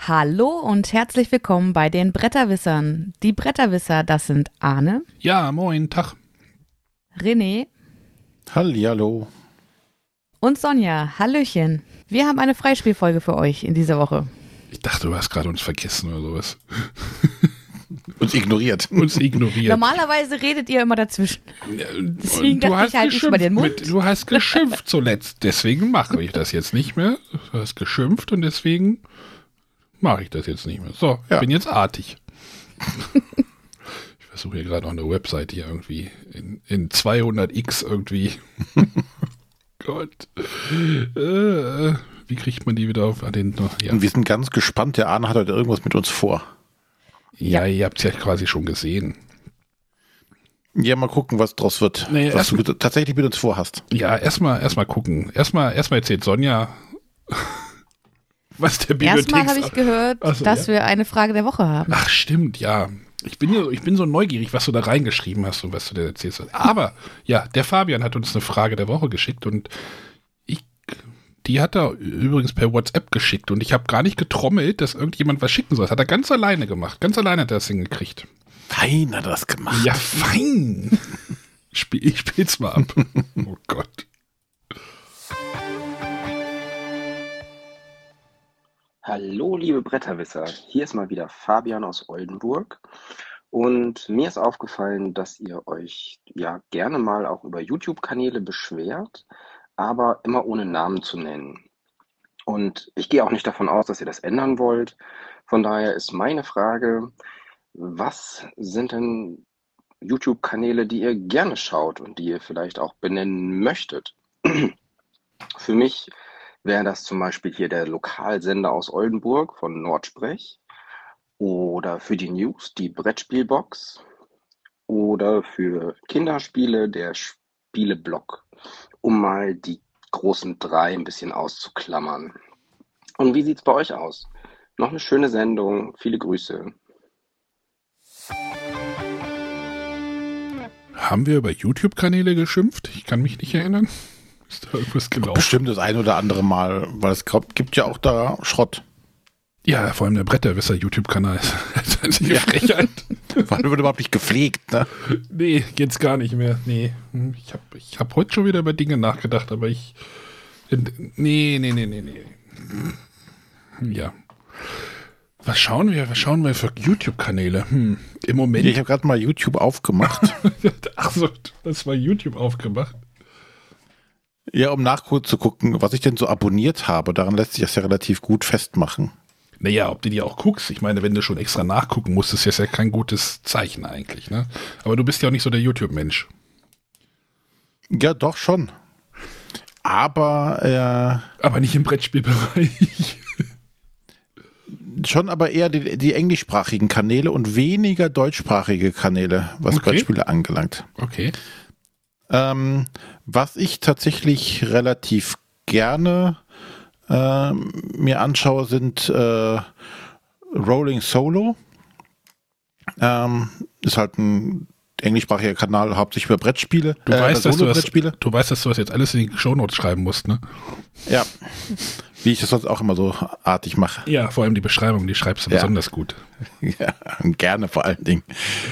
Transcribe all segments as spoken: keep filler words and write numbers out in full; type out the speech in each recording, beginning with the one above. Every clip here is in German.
Hallo und herzlich willkommen bei den Bretterwissern. Die Bretterwisser, das sind Arne. Ja, moin, Tag. René. Hallihallo. Und Sonja. Hallöchen. Wir haben eine Freispielfolge für euch in dieser Woche. Ich dachte, du hast gerade uns vergessen oder sowas. Uns ignoriert. Uns ignoriert. Normalerweise redet ihr immer dazwischen. Deswegen du dachte hast ich halt nicht über den Mund. Mit, du hast geschimpft zuletzt, deswegen mache ich das jetzt nicht mehr. Du hast geschimpft und deswegen mache ich das jetzt nicht mehr. So, ich ja. bin jetzt artig. Ich versuche hier gerade noch eine Website hier irgendwie in, in zweihundert x irgendwie. Gott. Äh, wie kriegt man die wieder auf den... Ja. Und wir sind ganz gespannt. Der Arne hat heute irgendwas mit uns vor. Ja, ja. Ihr habt es ja quasi schon gesehen. Ja, mal gucken, was draus wird. Nee, was du mit, tatsächlich mit uns vorhast. Ja, erstmal erstmal gucken. Erstmal erstmal erzählt Sonja, was der Bibliothek... Erstmal habe ich gehört, so, dass ja? wir eine Frage der Woche haben. Ach, stimmt, ja. Ich bin, ich bin so neugierig, was du da reingeschrieben hast und was du da erzählst. Aber, ja, der Fabian hat uns eine Frage der Woche geschickt und ich, die hat er übrigens per WhatsApp geschickt und ich habe gar nicht getrommelt, dass irgendjemand was schicken soll. Das hat er ganz alleine gemacht. Ganz alleine hat er das hingekriegt. Fein hat er das gemacht. Ja, fein. Spiel, ich spiel's mal ab. Oh Gott. Hallo, liebe Bretterwisser. Hier ist mal wieder Fabian aus Oldenburg. Und mir ist aufgefallen, dass ihr euch ja gerne mal auch über YouTube-Kanäle beschwert, aber immer ohne Namen zu nennen. Und ich gehe auch nicht davon aus, dass ihr das ändern wollt. Von daher ist meine Frage, was sind denn YouTube-Kanäle, die ihr gerne schaut und die ihr vielleicht auch benennen möchtet? Für mich wäre das zum Beispiel hier der Lokalsender aus Oldenburg von Nordsprech oder für die News die Brettspielbox oder für Kinderspiele der Spieleblog, um mal die großen drei ein bisschen auszuklammern. Und wie sieht es bei euch aus? Noch eine schöne Sendung, viele Grüße. Haben wir über YouTube-Kanäle geschimpft? Ich kann mich nicht erinnern. Ist da irgendwas gelaufen? Bestimmt das ein oder andere Mal, weil es gibt ja auch da Schrott. Ja, vor allem der Bretterwisser YouTube-Kanal ist eine einzige Frechheit. Weil wird überhaupt nicht gepflegt, ne? Nee, jetzt gar nicht mehr. Nee, ich habe ich hab heute schon wieder über Dinge nachgedacht, aber ich... Nee, nee, nee, nee, nee. Ja. Was schauen wir? Was schauen wir für YouTube-Kanäle? Hm, im Moment... Ich habe gerade mal YouTube aufgemacht. Ach so, das war YouTube aufgemacht. Ja, um nachzugucken, was ich denn so abonniert habe. Daran lässt sich das ja relativ gut festmachen. Naja, ob du die auch guckst. Ich meine, wenn du schon extra nachgucken musst, ist das ja kein gutes Zeichen eigentlich, ne? Aber du bist ja auch nicht so der YouTube-Mensch. Ja, doch schon. Aber, äh... Aber nicht im Brettspielbereich. Schon aber eher die, die englischsprachigen Kanäle und weniger deutschsprachige Kanäle, was Okay. Brettspiele angelangt. Okay. Ähm, was ich tatsächlich relativ gerne äh, mir anschaue, sind äh, Rolling Solo. Ähm, ist halt ein englischsprachiger Kanal, hauptsächlich über Brettspiele. Du, äh, weißt, dass du, das, Brettspiele. du weißt, dass du das jetzt alles in die Shownotes schreiben musst, ne? Ja, wie ich das sonst auch immer so artig mache. Ja, vor allem die Beschreibung, die schreibst du Ja. besonders gut. Ja, gerne vor allen Dingen.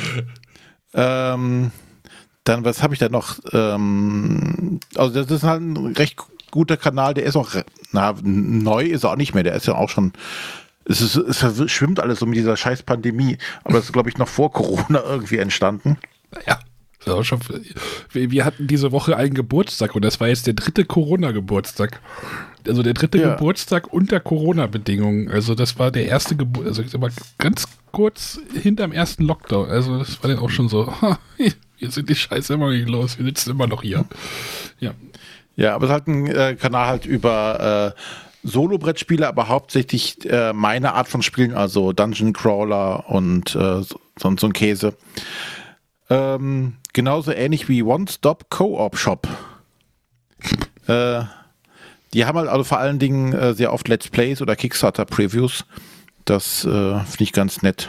Ähm, dann, was habe ich da noch? Ähm, also das ist halt ein recht guter Kanal, der ist auch, na, neu ist er auch nicht mehr, der ist ja auch schon, es, ist, es verschwimmt alles so mit dieser scheiß Pandemie, aber das ist, glaube ich, noch vor Corona irgendwie entstanden. Ja. Das ist auch schon, wir, wir hatten diese Woche einen Geburtstag und das war jetzt der dritte Corona-Geburtstag. Also der dritte Ja. Geburtstag unter Corona-Bedingungen. Also das war der erste Geburtstag, also ich sag mal ganz kurz hinterm ersten Lockdown. Also das war dann auch schon so, ha, hier sind die Scheiße immer noch nicht los, wir sitzen immer noch hier. Ja. Ja, aber es ist halt ein äh, Kanal halt über äh, Solo-Brettspiele, aber hauptsächlich äh, meine Art von Spielen, also Dungeon Crawler und äh, so, so ein Käse. Ähm, genauso ähnlich wie One-Stop Co-op Shop. äh, die haben halt also vor allen Dingen äh, sehr oft Let's Plays oder Kickstarter-Previews. Das äh, finde ich ganz nett.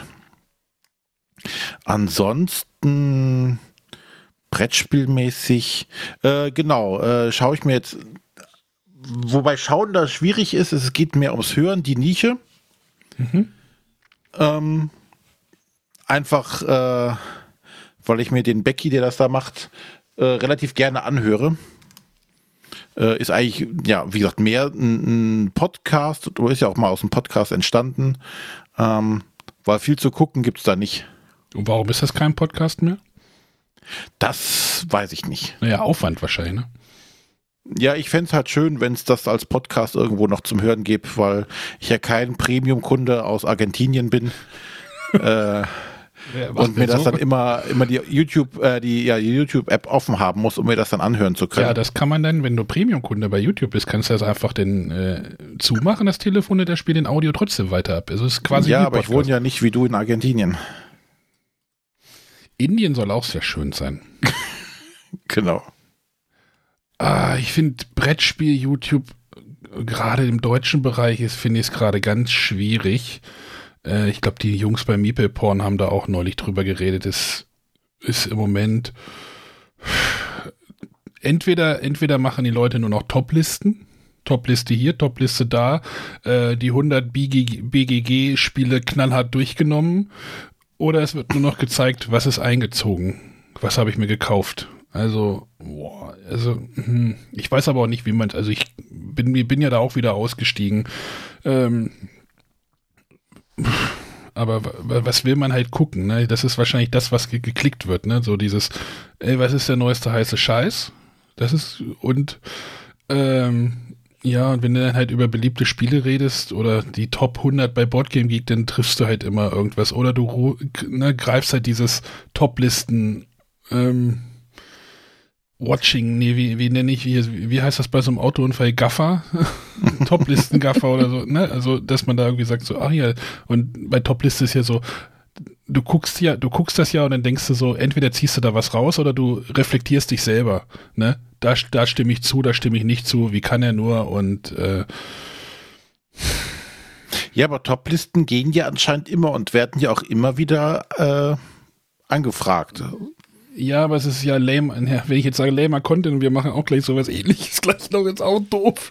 Ansonsten Brettspielmäßig, äh, genau, äh, schaue ich mir jetzt, wobei Schauen da schwierig ist, es geht mehr ums Hören, die Nische. Mhm. Ähm, einfach, äh, weil ich mir den Becky, der das da macht, äh, relativ gerne anhöre. Äh, ist eigentlich, ja, wie gesagt, mehr ein, ein Podcast, oder ist ja auch mal aus dem Podcast entstanden, ähm, weil viel zu gucken gibt's da nicht. Und warum ist das kein Podcast mehr? Das weiß ich nicht. Naja, Aufwand wahrscheinlich, ne? Ja, ich fände es halt schön, wenn es das als Podcast irgendwo noch zum Hören gibt, weil ich ja kein Premium-Kunde aus Argentinien bin. äh, ja, und mir das so? dann immer, immer die YouTube, äh, die, ja, die YouTube-App offen haben muss, um mir das dann anhören zu können. Ja, das kann man dann, wenn du Premium-Kunde bei YouTube bist, kannst du das einfach den äh, zumachen, das Telefon, und der spielt den Audio trotzdem weiter ab. Also es ist quasi ja, aber ich wohne ja nicht wie du in Argentinien. Indien soll auch sehr schön sein. Genau. Ah, ich finde Brettspiel YouTube gerade im deutschen Bereich ist, finde ich es gerade ganz schwierig. Äh, ich glaube, die Jungs bei Meeple Porn haben da auch neulich drüber geredet. Es ist im Moment entweder, entweder machen die Leute nur noch Top-Listen. Top-Liste hier, Top-Liste da. Äh, die hundert B G G-Spiele knallhart durchgenommen. Oder es wird nur noch gezeigt, was ist eingezogen. Was habe ich mir gekauft. Also, boah, also, hm, ich weiß aber auch nicht, wie man, also ich bin, bin ja da auch wieder ausgestiegen. Ähm, aber was will man halt gucken, ne? Das ist wahrscheinlich das, was ge- geklickt wird, ne? So dieses, ey, was ist der neueste heiße Scheiß? Das ist, und, ähm, ja, und wenn du dann halt über beliebte Spiele redest oder die Top hundert bei Boardgame Geek, dann triffst du halt immer irgendwas. Oder du ne, greifst halt dieses Top-Listen, ähm, Watching, nee, wie, wie nenne ich, wie, wie heißt das bei so einem Autounfall? Gaffer? Top-Listen-Gaffer oder so, ne? Also, dass man da irgendwie sagt so, ach ja, und bei Top-Liste ist ja so, du guckst ja, du guckst das ja und dann denkst du so, entweder ziehst du da was raus oder du reflektierst dich selber, ne? Da, da stimme ich zu, da stimme ich nicht zu, wie kann er nur und äh ja, aber Top-Listen gehen ja anscheinend immer und werden ja auch immer wieder äh, angefragt. Ja, aber es ist ja lame, ja, wenn ich jetzt sage lamer Content und wir machen auch gleich sowas ähnliches, gleich noch jetzt auch doof.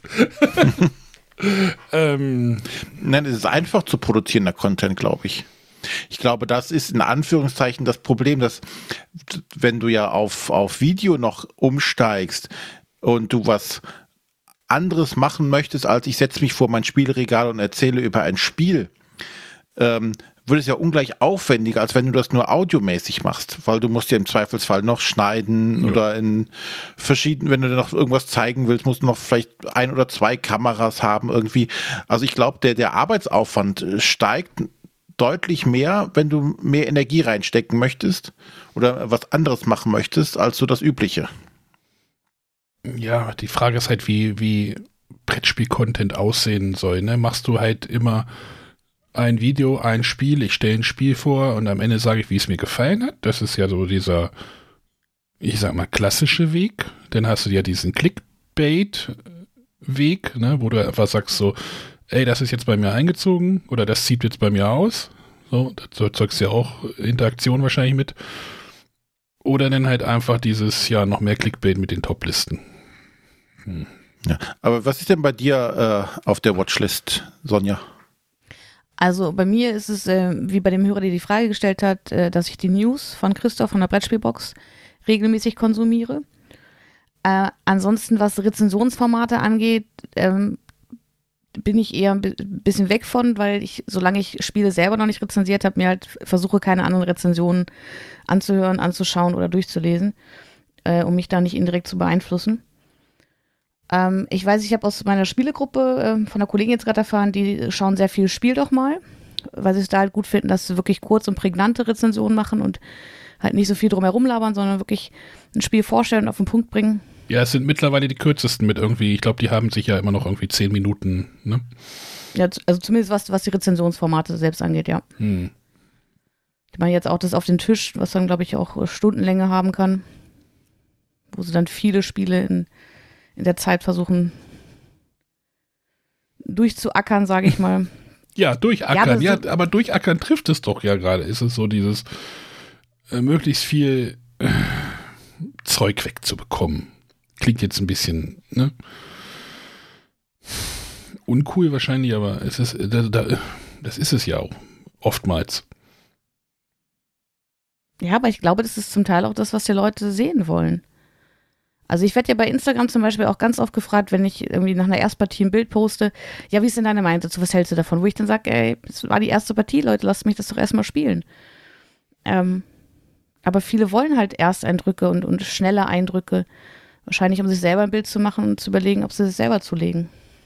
ähm. Nein, es ist einfach zu produzierender Content, glaube ich. Ich glaube, das ist in Anführungszeichen das Problem, dass wenn du ja auf, auf Video noch umsteigst und du was anderes machen möchtest, als ich setze mich vor mein Spielregal und erzähle über ein Spiel, ähm, wird es ja ungleich aufwendiger, als wenn du das nur audiomäßig machst, weil du musst ja im Zweifelsfall noch schneiden ja. oder in verschiedenen, wenn du dir noch irgendwas zeigen willst, musst du noch vielleicht ein oder zwei Kameras haben irgendwie. Also ich glaube, der, der Arbeitsaufwand steigt deutlich mehr, wenn du mehr Energie reinstecken möchtest oder was anderes machen möchtest, als so das Übliche. Ja, die Frage ist halt, wie, wie Brettspiel-Content aussehen soll, ne? Machst du halt immer ein Video, ein Spiel, ich stelle ein Spiel vor und am Ende sage ich, wie es mir gefallen hat. Das ist ja so dieser, ich sag mal, klassische Weg. Dann hast du ja diesen Clickbait-Weg, ne, wo du einfach sagst so, ey, das ist jetzt bei mir eingezogen oder das zieht jetzt bei mir aus. So, da zeugst du ja auch Interaktion wahrscheinlich mit. Oder dann halt einfach dieses, ja, noch mehr Clickbait mit den Top-Listen. Hm. Ja, aber was ist denn bei dir äh, auf der Watchlist, Sonja? Also bei mir ist es, äh, wie bei dem Hörer, der die Frage gestellt hat, äh, dass ich die News von Christoph von der Brettspielbox regelmäßig konsumiere. Äh, ansonsten, was Rezensionsformate angeht, ähm, bin ich eher ein bisschen weg von, weil ich, solange ich Spiele selber noch nicht rezensiert habe, mir halt versuche, keine anderen Rezensionen anzuhören, anzuschauen oder durchzulesen, äh, um mich da nicht indirekt zu beeinflussen. Ähm, ich weiß, ich habe aus meiner Spielegruppe äh, von der Kollegin jetzt gerade erfahren, die schauen sehr viel Spiel doch mal, weil sie es da halt gut finden, dass sie wirklich kurz und prägnante Rezensionen machen und halt nicht so viel drum herum labern, sondern wirklich ein Spiel vorstellen und auf den Punkt bringen. Ja, es sind mittlerweile die kürzesten mit irgendwie, ich glaube, die haben sich ja immer noch irgendwie zehn Minuten, ne? Ja, also zumindest was, was die Rezensionsformate selbst angeht, ja. Hm. Ich meine jetzt auch das auf den Tisch, was dann, glaube ich, auch Stundenlänge haben kann, wo sie dann viele Spiele in, in der Zeit versuchen durchzuackern, sage ich mal. Ja, durchackern, ja, ja, aber durchackern trifft es doch ja gerade. Ist es so dieses äh, möglichst viel äh, Zeug wegzubekommen. Klingt jetzt ein bisschen, ne? Uncool wahrscheinlich, aber es ist, da, da, Das ist es ja auch. Oftmals. Ja, aber ich glaube, das ist zum Teil auch das, was die Leute sehen wollen. Also ich werde ja bei Instagram zum Beispiel auch ganz oft gefragt, wenn ich irgendwie nach einer Erstpartie ein Bild poste, ja, wie ist denn deine Meinung dazu, was hältst du davon? Wo ich dann sage, ey, es war die erste Partie, Leute, lasst mich das doch erstmal spielen. Ähm, aber viele wollen halt Ersteindrücke und, und schnelle Eindrücke, wahrscheinlich um sich selber ein Bild zu machen und zu überlegen, ob sie es selber zulegen.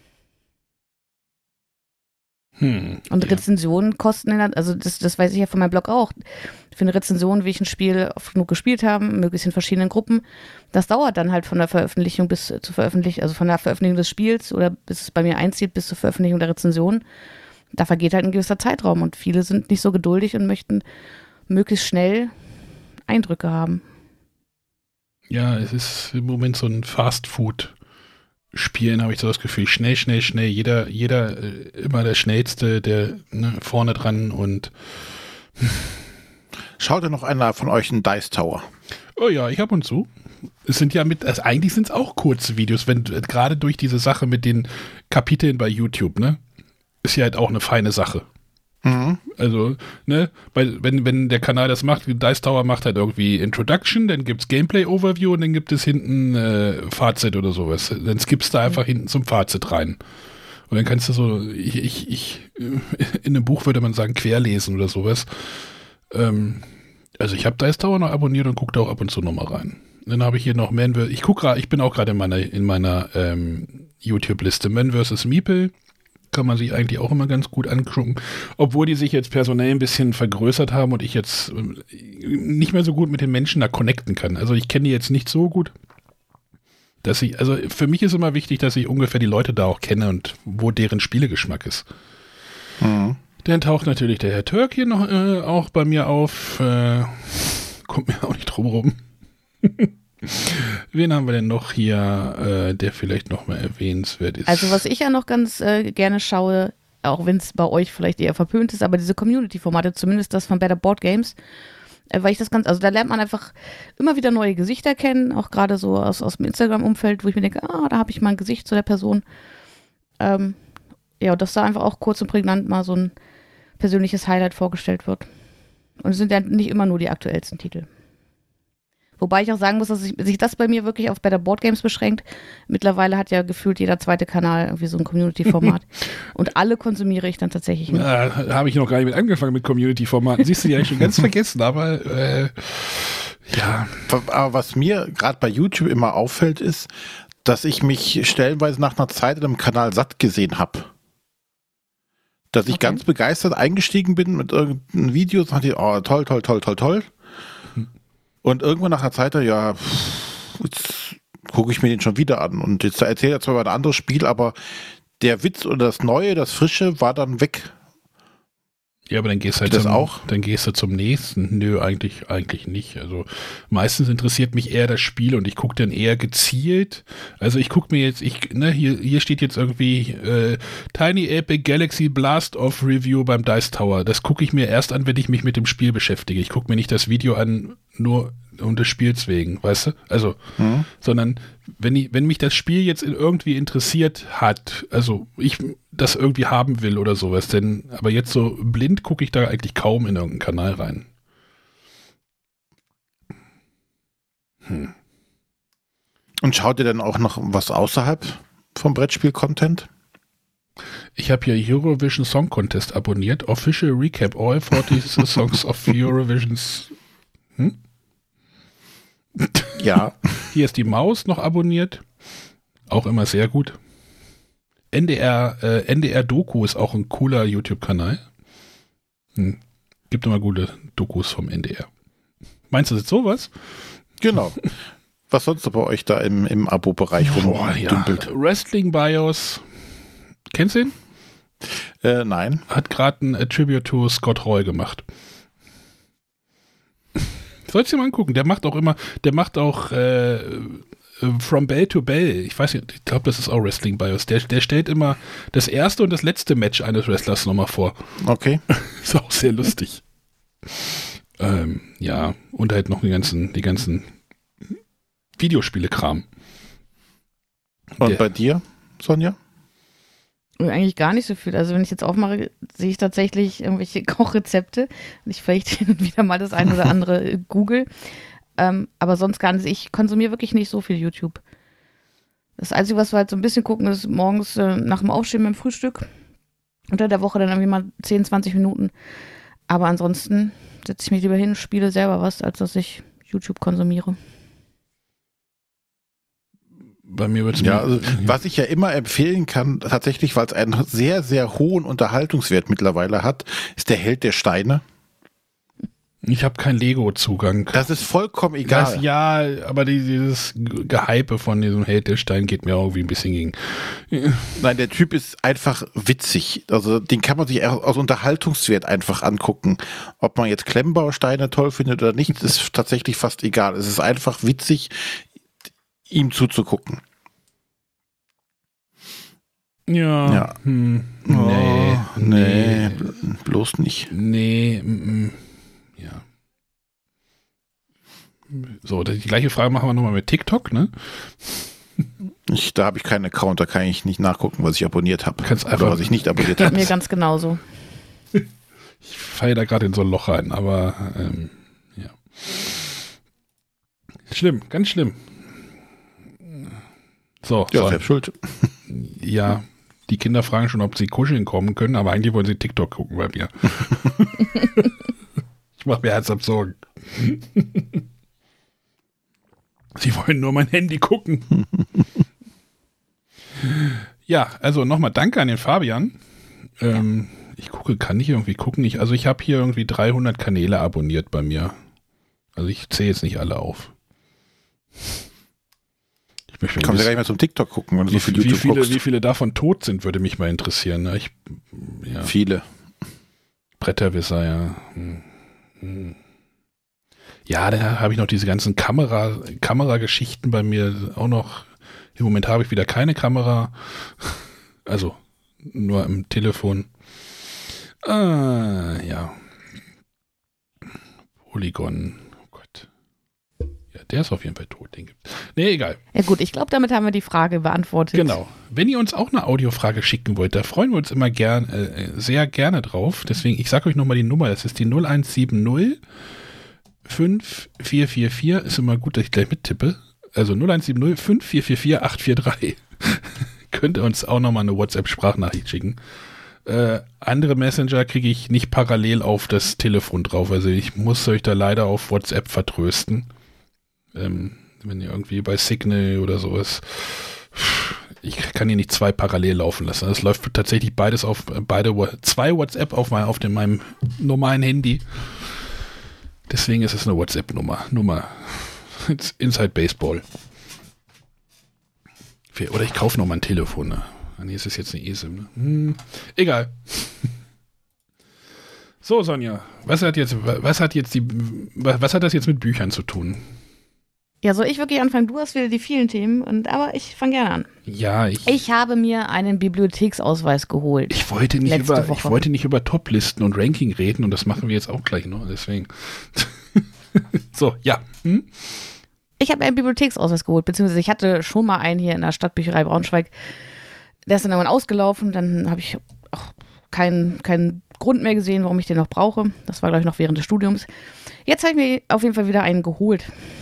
Hm, Und ja. Rezensionen kosten, in der, also das, das weiß ich ja von meinem Blog auch, für eine Rezension will ich ein Spiel oft genug gespielt haben, möglichst in verschiedenen Gruppen. Das dauert dann halt von der Veröffentlichung bis zur Veröffentlichung, also von der Veröffentlichung des Spiels oder bis es bei mir einzieht, bis zur Veröffentlichung der Rezension. Da vergeht halt ein gewisser Zeitraum und viele sind nicht so geduldig und möchten möglichst schnell Eindrücke haben. Ja, es ist im Moment so ein Fast-Food- Spielen, habe ich so das Gefühl, schnell, schnell, schnell, jeder, jeder äh, immer der Schnellste, der ne, vorne dran und Schaut ja noch einer von euch einen Dice Tower? oh ja, ich ab und zu. Es sind ja mit, also eigentlich sind es auch kurze Videos, wenn äh, gerade durch diese Sache mit den Kapiteln bei YouTube, ne, ist ja halt auch eine feine Sache. Mhm. Also, ne, weil wenn, wenn der Kanal das macht, Dice Tower macht halt irgendwie Introduction, dann gibt's Gameplay-Overview und dann gibt es hinten äh, Fazit oder sowas. Dann skippst du einfach hinten zum Fazit rein. Und dann kannst du so, ich, ich, ich in einem Buch würde man sagen, querlesen oder sowas. Ähm, also ich habe Dice Tower noch abonniert und gucke da auch ab und zu nochmal rein. Dann habe ich hier noch Man versus. Ich gucke gerade, ich bin auch gerade in meiner, in meiner ähm, YouTube-Liste Man versus. Meeple. Kann man sich eigentlich auch immer ganz gut angucken. Obwohl die sich jetzt personell ein bisschen vergrößert haben und ich jetzt äh, nicht mehr so gut mit den Menschen da connecten kann. Also ich kenne die jetzt nicht so gut, dass ich, also für mich ist immer wichtig, dass ich ungefähr die Leute da auch kenne und wo deren Spielegeschmack ist. Mhm. Dann taucht natürlich der Herr Türk hier noch äh, auch bei mir auf. Äh, kommt mir auch nicht drum rum. Wen haben wir denn noch hier, äh, der vielleicht noch mal erwähnenswert ist? Also was ich ja noch ganz äh, gerne schaue, auch wenn es bei euch vielleicht eher verpönt ist, aber diese Community-Formate, zumindest das von Better Board Games, äh, weil ich das ganz, also da lernt man einfach immer wieder neue Gesichter kennen, auch gerade so aus, aus dem Instagram-Umfeld, wo ich mir denke, ah, da habe ich mal ein Gesicht zu der Person. Ähm, ja, und dass da einfach auch kurz und prägnant mal so ein persönliches Highlight vorgestellt wird. Und es sind ja nicht immer nur die aktuellsten Titel. Wobei ich auch sagen muss, dass sich, sich das bei mir wirklich auf Better Board Games beschränkt. Mittlerweile hat ja gefühlt jeder zweite Kanal irgendwie so ein Community-Format. Und alle konsumiere ich dann tatsächlich nicht. Da habe ich noch gar nicht mit angefangen mit Community-Formaten. Siehst du, die habe ich schon ganz vergessen, aber äh, ja. Aber was mir gerade bei YouTube immer auffällt, ist, dass ich mich stellenweise nach einer Zeit in einem Kanal satt gesehen habe. Dass ich Okay. ganz begeistert eingestiegen bin mit irgendeinem Video und dachte, oh, toll, toll, toll, toll, toll. Und irgendwann nach einer Zeit, ja, jetzt gucke ich mir den schon wieder an. Und jetzt erzählt er zwar über ein anderes Spiel, aber der Witz oder das Neue, das Frische war dann weg. Ja, aber dann gehst du halt Das zum, auch? dann gehst du zum nächsten. Nö, eigentlich, eigentlich nicht. Also meistens interessiert mich eher das Spiel und ich gucke dann eher gezielt. Also ich gucke mir jetzt, ich, ne, hier, hier steht jetzt irgendwie äh, Tiny Epic Galaxy Blast Off Review beim Dice Tower. Das gucke ich mir erst an, wenn ich mich mit dem Spiel beschäftige. Ich gucke mir nicht das Video an, nur um des Spiels wegen, weißt du? Also, Mhm. sondern wenn ich, wenn mich das Spiel jetzt irgendwie interessiert hat, also ich das irgendwie haben will oder sowas, denn, aber jetzt so blind gucke ich da eigentlich kaum in irgendeinen Kanal rein. Hm. Und schaut ihr dann auch noch was außerhalb vom Brettspiel-Content? Ich habe hier Eurovision Song Contest abonniert. Official Recap all forty Songs of Eurovision's. Hm? Ja. Hier ist die Maus noch abonniert. Auch immer sehr gut. N D R, äh, N D R Doku ist auch ein cooler YouTube-Kanal. Hm. Gibt immer gute Dokus vom N D R. Meinst du jetzt sowas? Genau. Was sonst noch bei euch da im, im Abo-Bereich Boah, ja. rumdümpelt? Wrestling Bios. Kennst du ihn? Äh, nein. Hat gerade ein Tribute to Scott Hall gemacht. Sollst du dir mal angucken. Der macht auch immer, der macht auch äh, From Bell to Bell. Ich weiß nicht, ich glaube, das ist auch Wrestling Bios. Der, der stellt immer das erste und das letzte Match eines Wrestlers nochmal vor. Okay. Ist auch sehr lustig. Ähm, ja, und halt noch die ganzen, die ganzen Videospiele-Kram. Und Der- bei dir, Sonja? Eigentlich gar nicht so viel. Also wenn ich jetzt aufmache, sehe ich tatsächlich irgendwelche Kochrezepte. Und ich vielleicht hin und wieder mal das ein oder andere Google. Ähm, aber sonst gar nicht. Ich konsumiere wirklich nicht so viel YouTube. Das Einzige, was wir halt so ein bisschen gucken, ist morgens äh, nach dem Aufstehen beim Frühstück. Unter der Woche dann irgendwie mal zehn, zwanzig Minuten. Aber ansonsten setze ich mich lieber hin, spiele selber was, als dass ich YouTube konsumiere. Bei mir wird es ja, also, was ich ja immer empfehlen kann, tatsächlich, weil es einen sehr, sehr hohen Unterhaltungswert mittlerweile hat, ist der Held der Steine. Ich habe keinen Lego-Zugang. Das ist vollkommen egal. Das, ja, aber dieses Gehype von diesem Held der Stein geht mir irgendwie ein bisschen gegen. Nein, der Typ ist einfach witzig. Also den kann man sich aus Unterhaltungswert einfach angucken. Ob man jetzt Klemmbausteine toll findet oder nicht, ist tatsächlich fast egal. Es ist einfach witzig, ihm zuzugucken. Ja. ja. Hm, nee, oh, nee, nee, bloß nicht. Nee, mm, ja. So, die gleiche Frage machen wir nochmal mit TikTok, ne? Ich, da habe ich keinen Account, da kann ich nicht nachgucken, was ich abonniert habe. Kannst einfach, oder was ich nicht abonniert habe. Mir ganz genauso. Ich falle da gerade in so ein Loch rein, aber ähm, ja. Schlimm, ganz schlimm. So, ja, so. selbst schuld. Ja, die Kinder fragen schon, ob sie kuscheln kommen können, aber eigentlich wollen sie TikTok gucken bei mir. Ich mache mir ernsthaft Sorgen. Sie wollen nur mein Handy gucken. Ja, also nochmal danke an den Fabian. Ähm, ich gucke, kann ich irgendwie gucken? Ich, also ich habe hier irgendwie dreihundert Kanäle abonniert bei mir. Also ich zähle jetzt nicht alle auf. Ich möchte Kannst ja gar nicht mehr zum TikTok gucken, wenn du wie, so viel wie YouTube viele, guckst. Wie viele davon tot sind, würde mich mal interessieren. Ne? Ich, ja. Viele. Bretterwisser, ja. Hm. Hm. Ja, da habe ich noch diese ganzen Kamera, Kamerageschichten bei mir auch noch. Im Moment habe ich wieder keine Kamera. Also nur im Telefon. Ah, ja. Polygon. Oh Gott. Ja, der ist auf jeden Fall tot. Den gibt's. Nee, egal. Ja gut, ich glaube, damit haben wir die Frage beantwortet. Genau. Wenn ihr uns auch eine Audiofrage schicken wollt, da freuen wir uns immer gern, äh, sehr gerne drauf. Deswegen, ich sage euch nochmal die Nummer. Das ist die null eins sieben null fünf vier vier vier. Ist immer gut, dass ich gleich mittippe. Also null eins sieben null fünf vier vier vier acht vier drei. Könnt ihr uns auch nochmal eine WhatsApp-Sprachnachricht schicken. Äh, andere Messenger kriege ich nicht parallel auf das Telefon drauf. Also ich muss euch da leider auf WhatsApp vertrösten. Ähm, wenn ihr irgendwie bei Signal oder sowas, ich kann hier nicht zwei parallel laufen lassen. Das läuft tatsächlich beides auf, beide, zwei WhatsApp auf, mein, auf dem, meinem normalen Handy. Deswegen ist es eine WhatsApp-Nummer. Nummer. Inside Baseball. Oder ich kaufe noch mal ein Telefon. Ne? Nee, ist es jetzt eine eSIM. Ne? Hm, egal. So, Sonja, was hat jetzt, was hat jetzt die, was hat das jetzt mit Büchern zu tun? Ja, soll ich wirklich anfangen? Du hast wieder die vielen Themen, und, aber ich fange gerne an. Ja, ich. Ich habe mir einen Bibliotheksausweis geholt. Ich wollte nicht über, ich wollte nicht über Toplisten und Ranking reden, und das machen wir jetzt auch gleich noch, deswegen. So, ja. Hm? Ich habe einen Bibliotheksausweis geholt, beziehungsweise ich hatte schon mal einen hier in der Stadtbücherei Braunschweig. Der ist dann irgendwann ausgelaufen, dann habe ich auch keinen, keinen Grund mehr gesehen, warum ich den noch brauche. Das war, glaube ich, noch während des Studiums. Jetzt habe ich mir auf jeden Fall wieder einen geholt.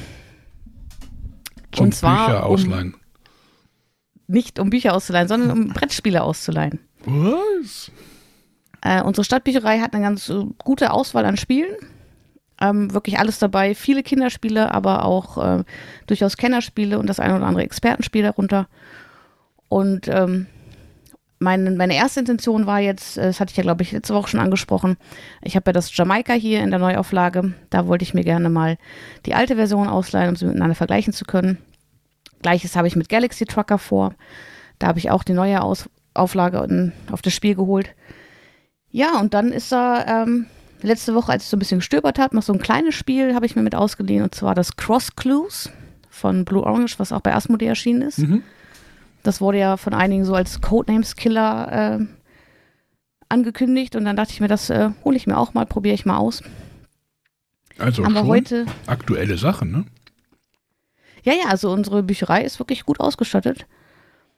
Zum Und zwar Bücher ausleihen. Um, nicht um Bücher auszuleihen, sondern um Brettspiele auszuleihen. Was? Äh, unsere Stadtbücherei hat eine ganz äh, gute Auswahl an Spielen. Ähm, wirklich alles dabei. Viele Kinderspiele, aber auch äh, durchaus Kennerspiele und das eine oder andere Expertenspiel darunter. Und ähm, meine, meine erste Intention war jetzt, das hatte ich ja, glaube ich, letzte Woche schon angesprochen, ich habe ja das Jamaika hier in der Neuauflage. Da wollte ich mir gerne mal die alte Version ausleihen, um sie miteinander vergleichen zu können. Gleiches habe ich mit Galaxy Trucker vor. Da habe ich auch die neue Aus- Auflage in, auf das Spiel geholt. Ja, und dann ist da ähm, letzte Woche, als ich so ein bisschen gestöbert habe, noch so ein kleines Spiel habe ich mir mit ausgeliehen, und zwar das Cross Clues von Blue Orange, was auch bei Asmodee erschienen ist. Mhm. Das wurde ja von einigen so als Codenames-Killer äh, angekündigt, und dann dachte ich mir, das äh, hole ich mir auch mal, probiere ich mal aus. Also Aber schon heute, aktuelle Sachen, ne? Ja, ja, also unsere Bücherei ist wirklich gut ausgestattet.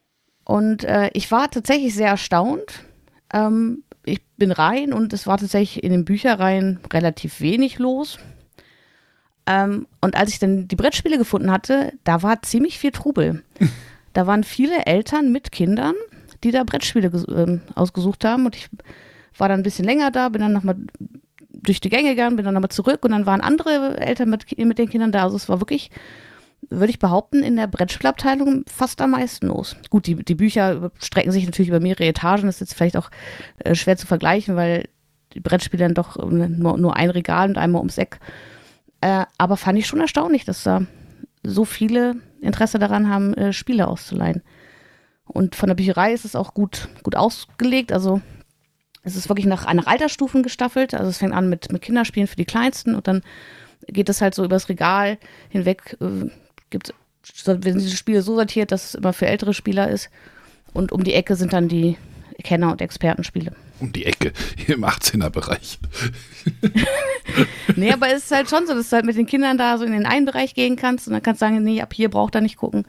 Und äh, ich war tatsächlich sehr erstaunt. Ähm, ich bin rein und es war tatsächlich in den Bücherreihen relativ wenig los. Ähm, und als ich dann die Brettspiele gefunden hatte, da war ziemlich viel Trubel. Da waren viele Eltern mit Kindern, die da Brettspiele ges- äh, ausgesucht haben. Und ich war dann ein bisschen länger da, bin dann nochmal durch die Gänge gegangen, bin dann nochmal zurück und dann waren andere Eltern mit, mit den Kindern da. Also es war wirklich, würde ich behaupten, in der Brettspielabteilung fast am meisten los. Gut, die, die Bücher strecken sich natürlich über mehrere Etagen. Das ist jetzt vielleicht auch äh, schwer zu vergleichen, weil die Brettspiele dann doch äh, nur, nur ein Regal und einmal ums Eck. Äh, aber fand ich schon erstaunlich, dass da so viele Interesse daran haben, äh, Spiele auszuleihen. Und von der Bücherei ist es auch gut, gut ausgelegt. Also es ist wirklich nach, nach Altersstufen gestaffelt. Also es fängt an mit, mit Kinderspielen für die Kleinsten und dann geht es halt so übers Regal hinweg. Äh, gibt's, werden diese Spiele so sortiert, dass es immer für ältere Spieler ist. Und um die Ecke sind dann die Kenner- und Expertenspiele. Um die Ecke, hier im achtzehner-Bereich. Nee, aber es ist halt schon so, dass du halt mit den Kindern da so in den einen Bereich gehen kannst und dann kannst du sagen, nee, ab hier braucht er nicht gucken.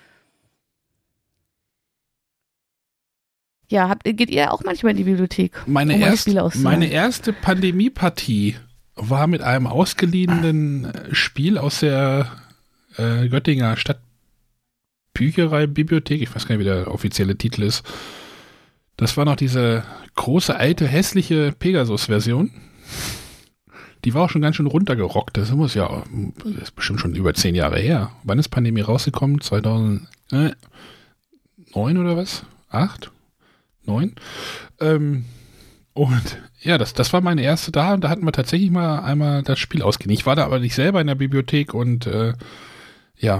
Ja, habt, geht ihr auch manchmal in die Bibliothek? Meine, um euch erst, Spiele auszuleihen? meine erste Pandemiepartie war mit einem ausgeliehenen Spiel aus der äh, Göttinger Stadtbücherei, Bibliothek. Ich weiß gar nicht, wie der offizielle Titel ist. Das war noch diese große, alte, hässliche Pegasus-Version. Die war auch schon ganz schön runtergerockt. Das muss ja, das ist bestimmt schon über zehn Jahre her. Wann ist Pandemie rausgekommen? zweitausendneun oder was? Acht? Neun? Ähm, und ja, das, das war meine erste da und da hatten wir tatsächlich mal einmal das Spiel ausgeliehen. Ich war da aber nicht selber in der Bibliothek und äh, ja,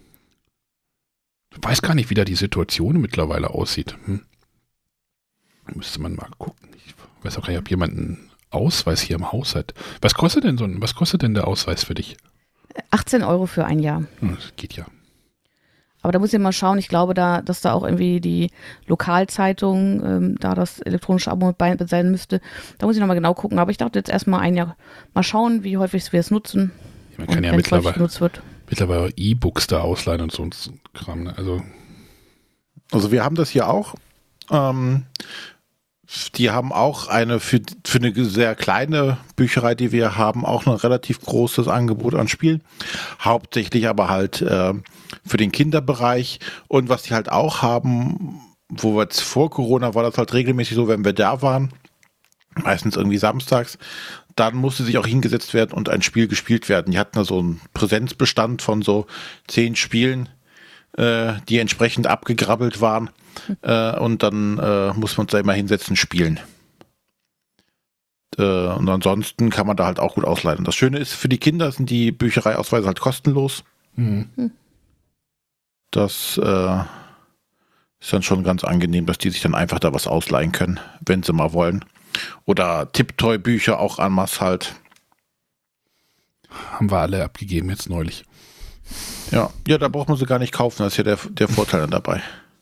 weiß gar nicht, wie da die Situation mittlerweile aussieht. Hm. Müsste man mal gucken. Ich weiß auch gar nicht, ob jemand einen Ausweis hier im Haus hat. Was kostet denn so ein, was kostet denn der Ausweis für dich? achtzehn Euro für ein Jahr. Hm, das geht ja. Aber da muss ich mal schauen. Ich glaube, da, dass da auch irgendwie die Lokalzeitung, ähm, da das elektronische Abo mit bei sein müsste. Da muss ich nochmal genau gucken. Aber ich dachte jetzt erstmal ein Jahr mal schauen, wie häufig wir es nutzen. Man kann und ja wenn's häufig mittlerweile, genutzt wird. mittlerweile E-Books da ausleihen und so ein Kram. Ne? Also, Also wir haben das hier auch. Ähm, die haben auch eine für, für eine sehr kleine Bücherei, die wir haben, auch ein relativ großes Angebot an Spielen. Hauptsächlich aber halt äh, für den Kinderbereich. Und was die halt auch haben, wo wir jetzt vor Corona war das halt regelmäßig so, wenn wir da waren, meistens irgendwie samstags, dann musste sich auch hingesetzt werden und ein Spiel gespielt werden. Die hatten da so einen Präsenzbestand von so zehn Spielen, äh, die entsprechend abgegrabbelt waren. Äh, und dann äh, muss man uns da immer hinsetzen, spielen. Äh, und ansonsten kann man da halt auch gut ausleihen. Das Schöne ist, für die Kinder sind die Büchereiausweise halt kostenlos. mhm. Das äh, ist dann schon ganz angenehm, dass die sich dann einfach da was ausleihen können, wenn sie mal wollen. Oder Tipptoy-Bücher auch en masse halt. Haben wir alle abgegeben jetzt neulich. Ja, ja, da braucht man sie gar nicht kaufen, das ist ja der, der Vorteil dann dabei.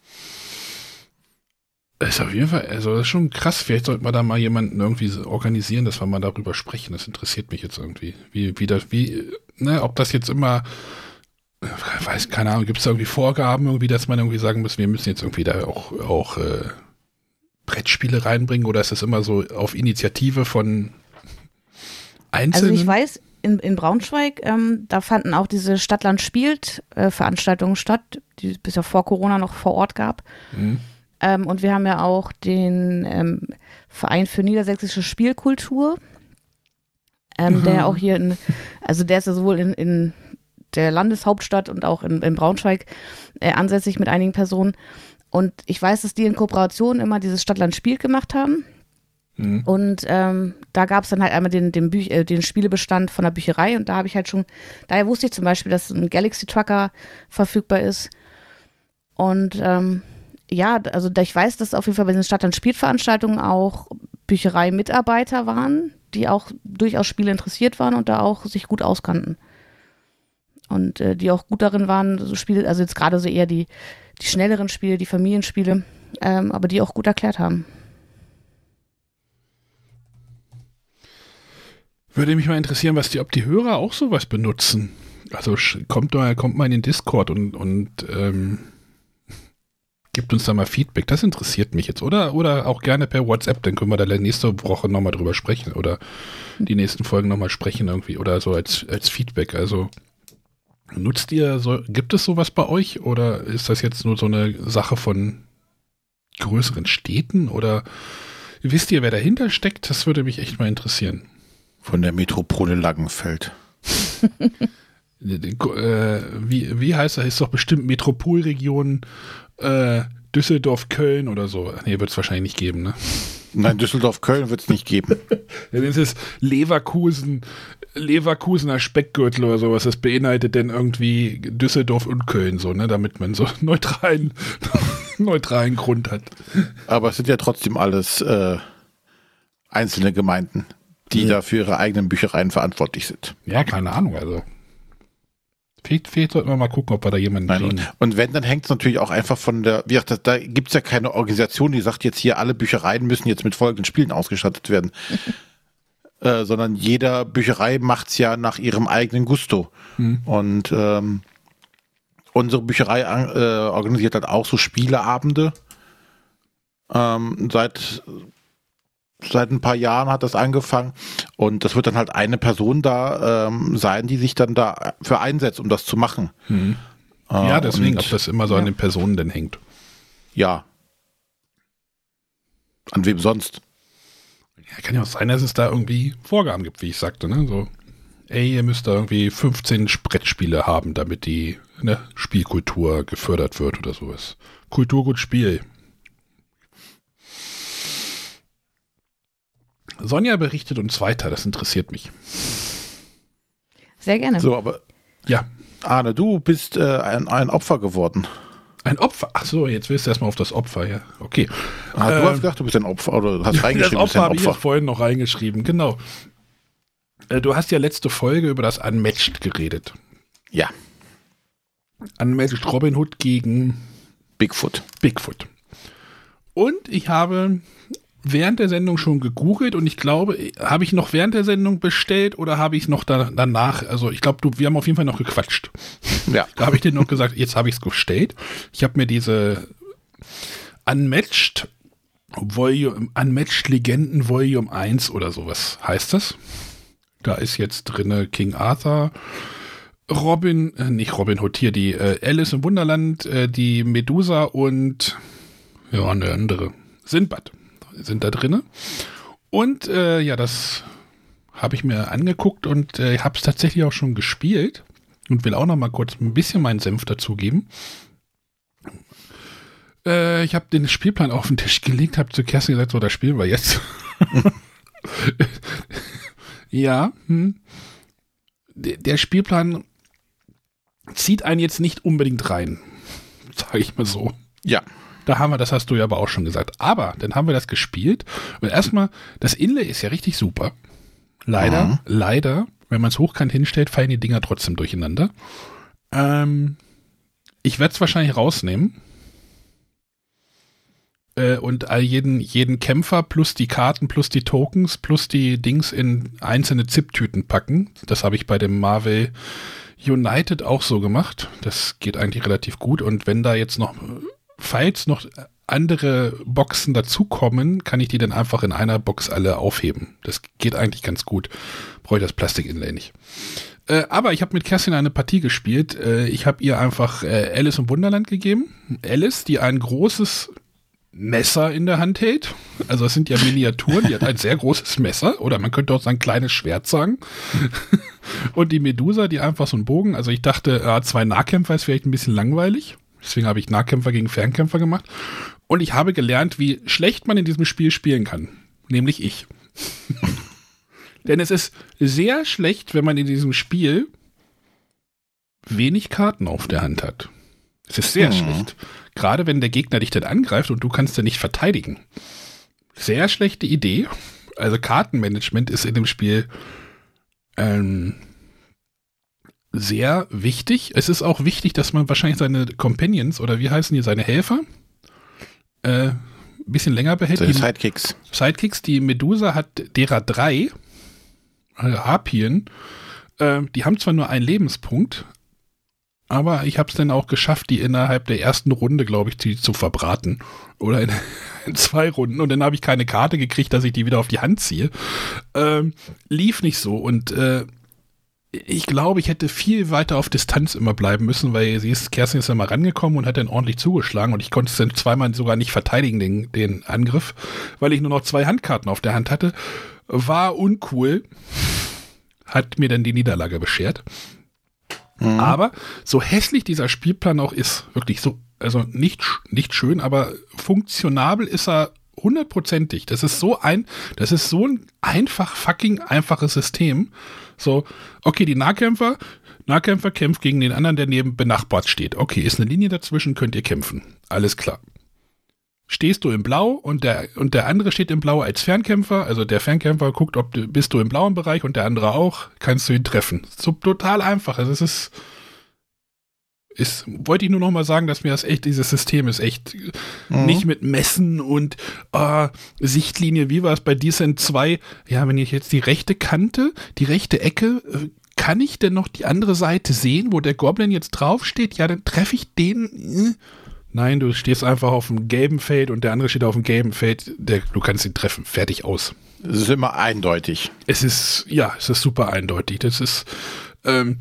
Das ist auf jeden Fall, also das ist schon krass. Vielleicht sollten wir da mal jemanden irgendwie organisieren, dass wir mal darüber sprechen. Das interessiert mich jetzt irgendwie. Wie, wie das, wie, ne, ob das jetzt immer, weiß, keine Ahnung, gibt es da irgendwie Vorgaben irgendwie, dass man irgendwie sagen muss, wir müssen jetzt irgendwie da auch, auch äh, Brettspiele reinbringen oder ist das immer so auf Initiative von Einzelnen? Also ich weiß, in, in Braunschweig, ähm, da fanden auch diese Stadtland spielt äh, Veranstaltungen statt, die es bis ja vor Corona noch vor Ort gab. Mhm. Ähm, und wir haben ja auch den ähm, Verein für niedersächsische Spielkultur, ähm, Mhm. der ja auch hier in, also der ist ja sowohl in, in der Landeshauptstadt und auch in, in Braunschweig äh, ansässig mit einigen Personen. Und ich weiß, dass die in Kooperation immer dieses Stadtland spielt gemacht haben. Mhm. Und ähm, da gab es dann halt einmal den, den, Büch äh, den Spielebestand von der Bücherei und da habe ich halt schon, daher wusste ich zum Beispiel, dass ein Galaxy Trucker verfügbar ist. Und ähm, ja, also da ich weiß, dass auf jeden Fall bei den Stadtland-Spielt-Veranstaltungen auch Bücherei-Mitarbeiter waren, die auch durchaus Spiele interessiert waren und da auch sich gut auskannten. Und äh, die auch gut darin waren, so Spiele, also jetzt gerade so eher die, die schnelleren Spiele, die Familienspiele, ähm, aber die auch gut erklärt haben. Würde mich mal interessieren, was die, ob die Hörer auch sowas benutzen. Also kommt mal, kommt mal in den Discord und, und ähm, Gebt uns da mal Feedback, das interessiert mich jetzt. Oder, oder auch gerne per WhatsApp, dann können wir da nächste Woche nochmal drüber sprechen oder die nächsten Folgen nochmal sprechen irgendwie oder so als, als Feedback. Also nutzt ihr so, gibt es sowas bei euch oder ist das jetzt nur so eine Sache von größeren Städten oder wisst ihr, wer dahinter steckt? Das würde mich echt mal interessieren. Von der Metropole Langenfeld. äh, wie, wie heißt das? Ist doch bestimmt Metropolregion äh, Düsseldorf, Köln oder so. Nee, wird es wahrscheinlich nicht geben, ne? Nein, Düsseldorf, Köln wird es nicht geben. Dann ist es Leverkusen, Leverkusener Speckgürtel oder sowas. Das beinhaltet dann irgendwie Düsseldorf und Köln so, ne? Damit man so neutralen, neutralen Grund hat. Aber es sind ja trotzdem alles äh, einzelne Gemeinden, die ja. da für ihre eigenen Büchereien verantwortlich sind. Ja, keine Ahnung, also. Vielleicht, vielleicht sollten wir mal gucken, ob wir da jemanden Nein, und, und wenn, dann hängt es natürlich auch einfach von der, wie gesagt, da, da gibt es ja keine Organisation, die sagt jetzt hier, alle Büchereien müssen jetzt mit folgenden Spielen ausgestattet werden. äh, sondern jeder Bücherei macht es ja nach ihrem eigenen Gusto. Hm. Und ähm, unsere Bücherei äh, organisiert halt auch so Spieleabende. Ähm, seit Seit ein paar Jahren hat das angefangen und das wird dann halt eine Person da ähm, sein, die sich dann da für einsetzt, um das zu machen. Hm. Äh, ja, deswegen, und, ob das immer so ja. an den Personen denn hängt. Ja. An wem sonst? Ja, kann ja auch sein, dass es da irgendwie Vorgaben gibt, wie ich sagte, ne? So, ey, ihr müsst da irgendwie fünfzehn Brettspiele haben, damit die ne, Spielkultur gefördert wird oder sowas. Kulturgut Spiel. Sonja berichtet uns weiter, das interessiert mich. Sehr gerne. So, aber ja. Arne, du bist äh, ein, ein Opfer geworden. Ein Opfer? Ach so, jetzt willst du erstmal auf das Opfer, ja. Okay. Ah, du ähm, hast gedacht, du bist ein Opfer, oder hast reingeschrieben, das Opfer du bist ein habe ich vorhin noch reingeschrieben, genau. Äh, du hast ja letzte Folge über das Unmatched geredet. Ja. Unmatched Robin Hood gegen Bigfoot. Bigfoot. Und ich habe während der Sendung schon gegoogelt und ich glaube, habe ich noch während der Sendung bestellt oder habe ich es noch da, danach, also ich glaube, du, wir haben auf jeden Fall noch gequatscht. Ja. Da habe ich dir noch gesagt, jetzt habe ich es bestellt. Ich habe mir diese Unmatched Volume, Unmatched Legenden Volume eins oder sowas heißt das. Da ist jetzt drinne King Arthur, Robin, äh, nicht Robin Hood, hier die äh, Alice im Wunderland, äh, die Medusa und ja, eine andere, Sindbad sind da drinne. Und äh, ja, das habe ich mir angeguckt und äh, habe es tatsächlich auch schon gespielt und will auch noch mal kurz ein bisschen meinen Senf dazugeben. Äh, ich habe den Spielplan auf den Tisch gelegt, habe zu Kerstin gesagt, so, das spielen wir jetzt. ja, hm. Der, der Spielplan zieht einen jetzt nicht unbedingt rein, sage ich mal so. Ja. Da haben wir, das hast du ja aber auch schon gesagt. Aber dann haben wir das gespielt. Und erstmal, das Inlay ist ja richtig super. Leider, mhm. leider, wenn man es hochkant hinstellt, fallen die Dinger trotzdem durcheinander. Ähm, ich werde es wahrscheinlich rausnehmen. Äh, und all jeden, jeden Kämpfer plus die Karten plus die Tokens plus die Dings in einzelne Zip-Tüten packen. Das habe ich bei dem Marvel United auch so gemacht. Das geht eigentlich relativ gut. Und wenn da jetzt noch falls noch andere Boxen dazukommen, kann ich die dann einfach in einer Box alle aufheben. Das geht eigentlich ganz gut. Brauche ich das Plastik-Inlay nicht. Äh, aber ich habe mit Kerstin eine Partie gespielt. Äh, ich habe ihr einfach äh, Alice im Wunderland gegeben. Alice, die ein großes Messer in der Hand hält. Also es sind ja Miniaturen. Die hat ein sehr großes Messer. Oder man könnte auch sein kleines Schwert sagen. Und die Medusa, die einfach so einen Bogen. Also ich dachte, äh, zwei Nahkämpfer ist vielleicht ein bisschen langweilig. Deswegen habe ich Nahkämpfer gegen Fernkämpfer gemacht. Und ich habe gelernt, wie schlecht man in diesem Spiel spielen kann. Nämlich ich. Denn es ist sehr schlecht, wenn man in diesem Spiel wenig Karten auf der Hand hat. Es ist sehr mhm. schlecht. Gerade wenn der Gegner dich dann angreift und du kannst dann nicht verteidigen. Sehr schlechte Idee. Also Kartenmanagement ist in dem Spiel ähm, sehr wichtig. Es ist auch wichtig, dass man wahrscheinlich seine Companions oder wie heißen die, seine Helfer äh, ein bisschen länger behält. Die Sidekicks. Sidekicks, die Medusa hat derer drei äh, Harpien. Äh, die haben zwar nur einen Lebenspunkt, aber ich habe es dann auch geschafft, die innerhalb der ersten Runde, glaube ich, die zu verbraten. Oder in, in zwei Runden. Und dann habe ich keine Karte gekriegt, dass ich die wieder auf die Hand ziehe. Ähm, lief nicht so. Und äh, ich glaube, ich hätte viel weiter auf Distanz immer bleiben müssen, weil sie ist, Kerstin ist dann mal rangekommen und hat dann ordentlich zugeschlagen. Und ich konnte es dann zweimal sogar nicht verteidigen, den, den Angriff, weil ich nur noch zwei Handkarten auf der Hand hatte. War uncool. Hat mir dann die Niederlage beschert. Mhm. Aber so hässlich dieser Spielplan auch ist, wirklich so, also nicht, nicht schön, aber funktionabel ist er hundertprozentig. Das ist so ein, das ist so ein einfach fucking einfaches System. So, okay, die Nahkämpfer, Nahkämpfer kämpft gegen den anderen, der neben benachbart steht. Okay, ist eine Linie dazwischen, könnt ihr kämpfen. Alles klar. Stehst du im Blau und der, und der andere steht im Blau als Fernkämpfer, also der Fernkämpfer guckt, ob du, bist du im blauen Bereich und der andere auch, kannst du ihn treffen. So total einfach. Also es ist, ist, wollte ich nur noch mal sagen, dass mir das echt, dieses System ist echt mhm. nicht mit Messen und äh, Sichtlinie, wie war es bei Descent zwei? Ja, wenn ich jetzt die rechte Kante, die rechte Ecke, äh, kann ich denn noch die andere Seite sehen, wo der Goblin jetzt draufsteht? Ja, dann treffe ich den. Äh. Nein, du stehst einfach auf dem gelben Feld und der andere steht auf dem gelben Feld. Der, du kannst ihn treffen. Fertig, aus. Es ist immer eindeutig. Es ist, ja, es ist super eindeutig. Das ist, ähm,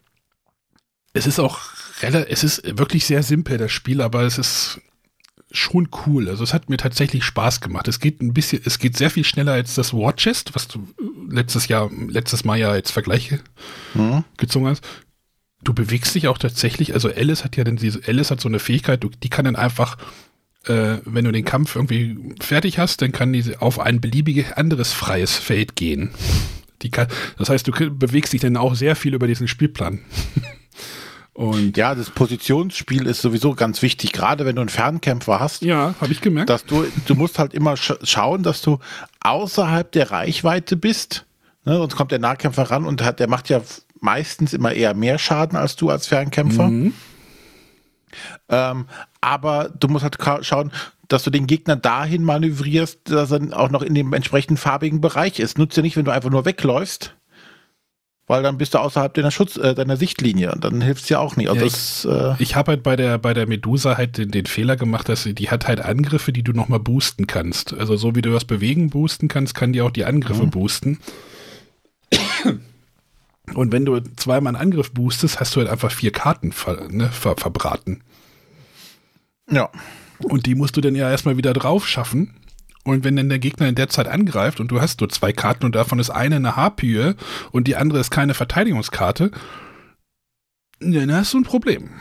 es ist auch, es ist wirklich sehr simpel, das Spiel, aber es ist schon cool. Also es hat mir tatsächlich Spaß gemacht. Es geht ein bisschen, es geht sehr viel schneller als das War Chest, was du letztes Jahr, letztes Mal ja als Vergleich mhm. gezogen hast. Du bewegst dich auch tatsächlich, also Alice hat ja dann diese, Alice hat so eine Fähigkeit, du, die kann dann einfach, äh, wenn du den Kampf irgendwie fertig hast, dann kann die auf ein beliebiges anderes freies Feld gehen. Die kann, das heißt, du bewegst dich dann auch sehr viel über diesen Spielplan. Und ja, das Positionsspiel ist sowieso ganz wichtig, gerade wenn du einen Fernkämpfer hast. Ja, habe ich gemerkt. Dass du, du musst halt immer sch- schauen, dass du außerhalb der Reichweite bist. Ne? Sonst kommt der Nahkämpfer ran und hat, der macht ja meistens immer eher mehr Schaden als du als Fernkämpfer. Mhm. Ähm, aber du musst halt ka- schauen, dass du den Gegner dahin manövrierst, dass er auch noch in dem entsprechenden farbigen Bereich ist. Nutzt ja nicht, wenn du einfach nur wegläufst, weil dann bist du außerhalb deiner Schutz, äh, deiner Sichtlinie und dann hilft es ja auch nicht. Also ja, das, äh ich ich habe halt bei der, bei der Medusa halt den, den Fehler gemacht, dass sie, die hat halt Angriffe, die du nochmal boosten kannst. Also so wie du das Bewegen boosten kannst, kann die auch die Angriffe mhm. boosten. Und wenn du zweimal einen Angriff boostest, hast du halt einfach vier Karten ver, ne, ver, verbraten. Ja. Und die musst du dann ja erstmal wieder drauf schaffen. Und wenn dann der Gegner in der Zeit angreift und du hast nur zwei Karten und davon ist eine eine Harpie und die andere ist keine Verteidigungskarte, dann hast du ein Problem.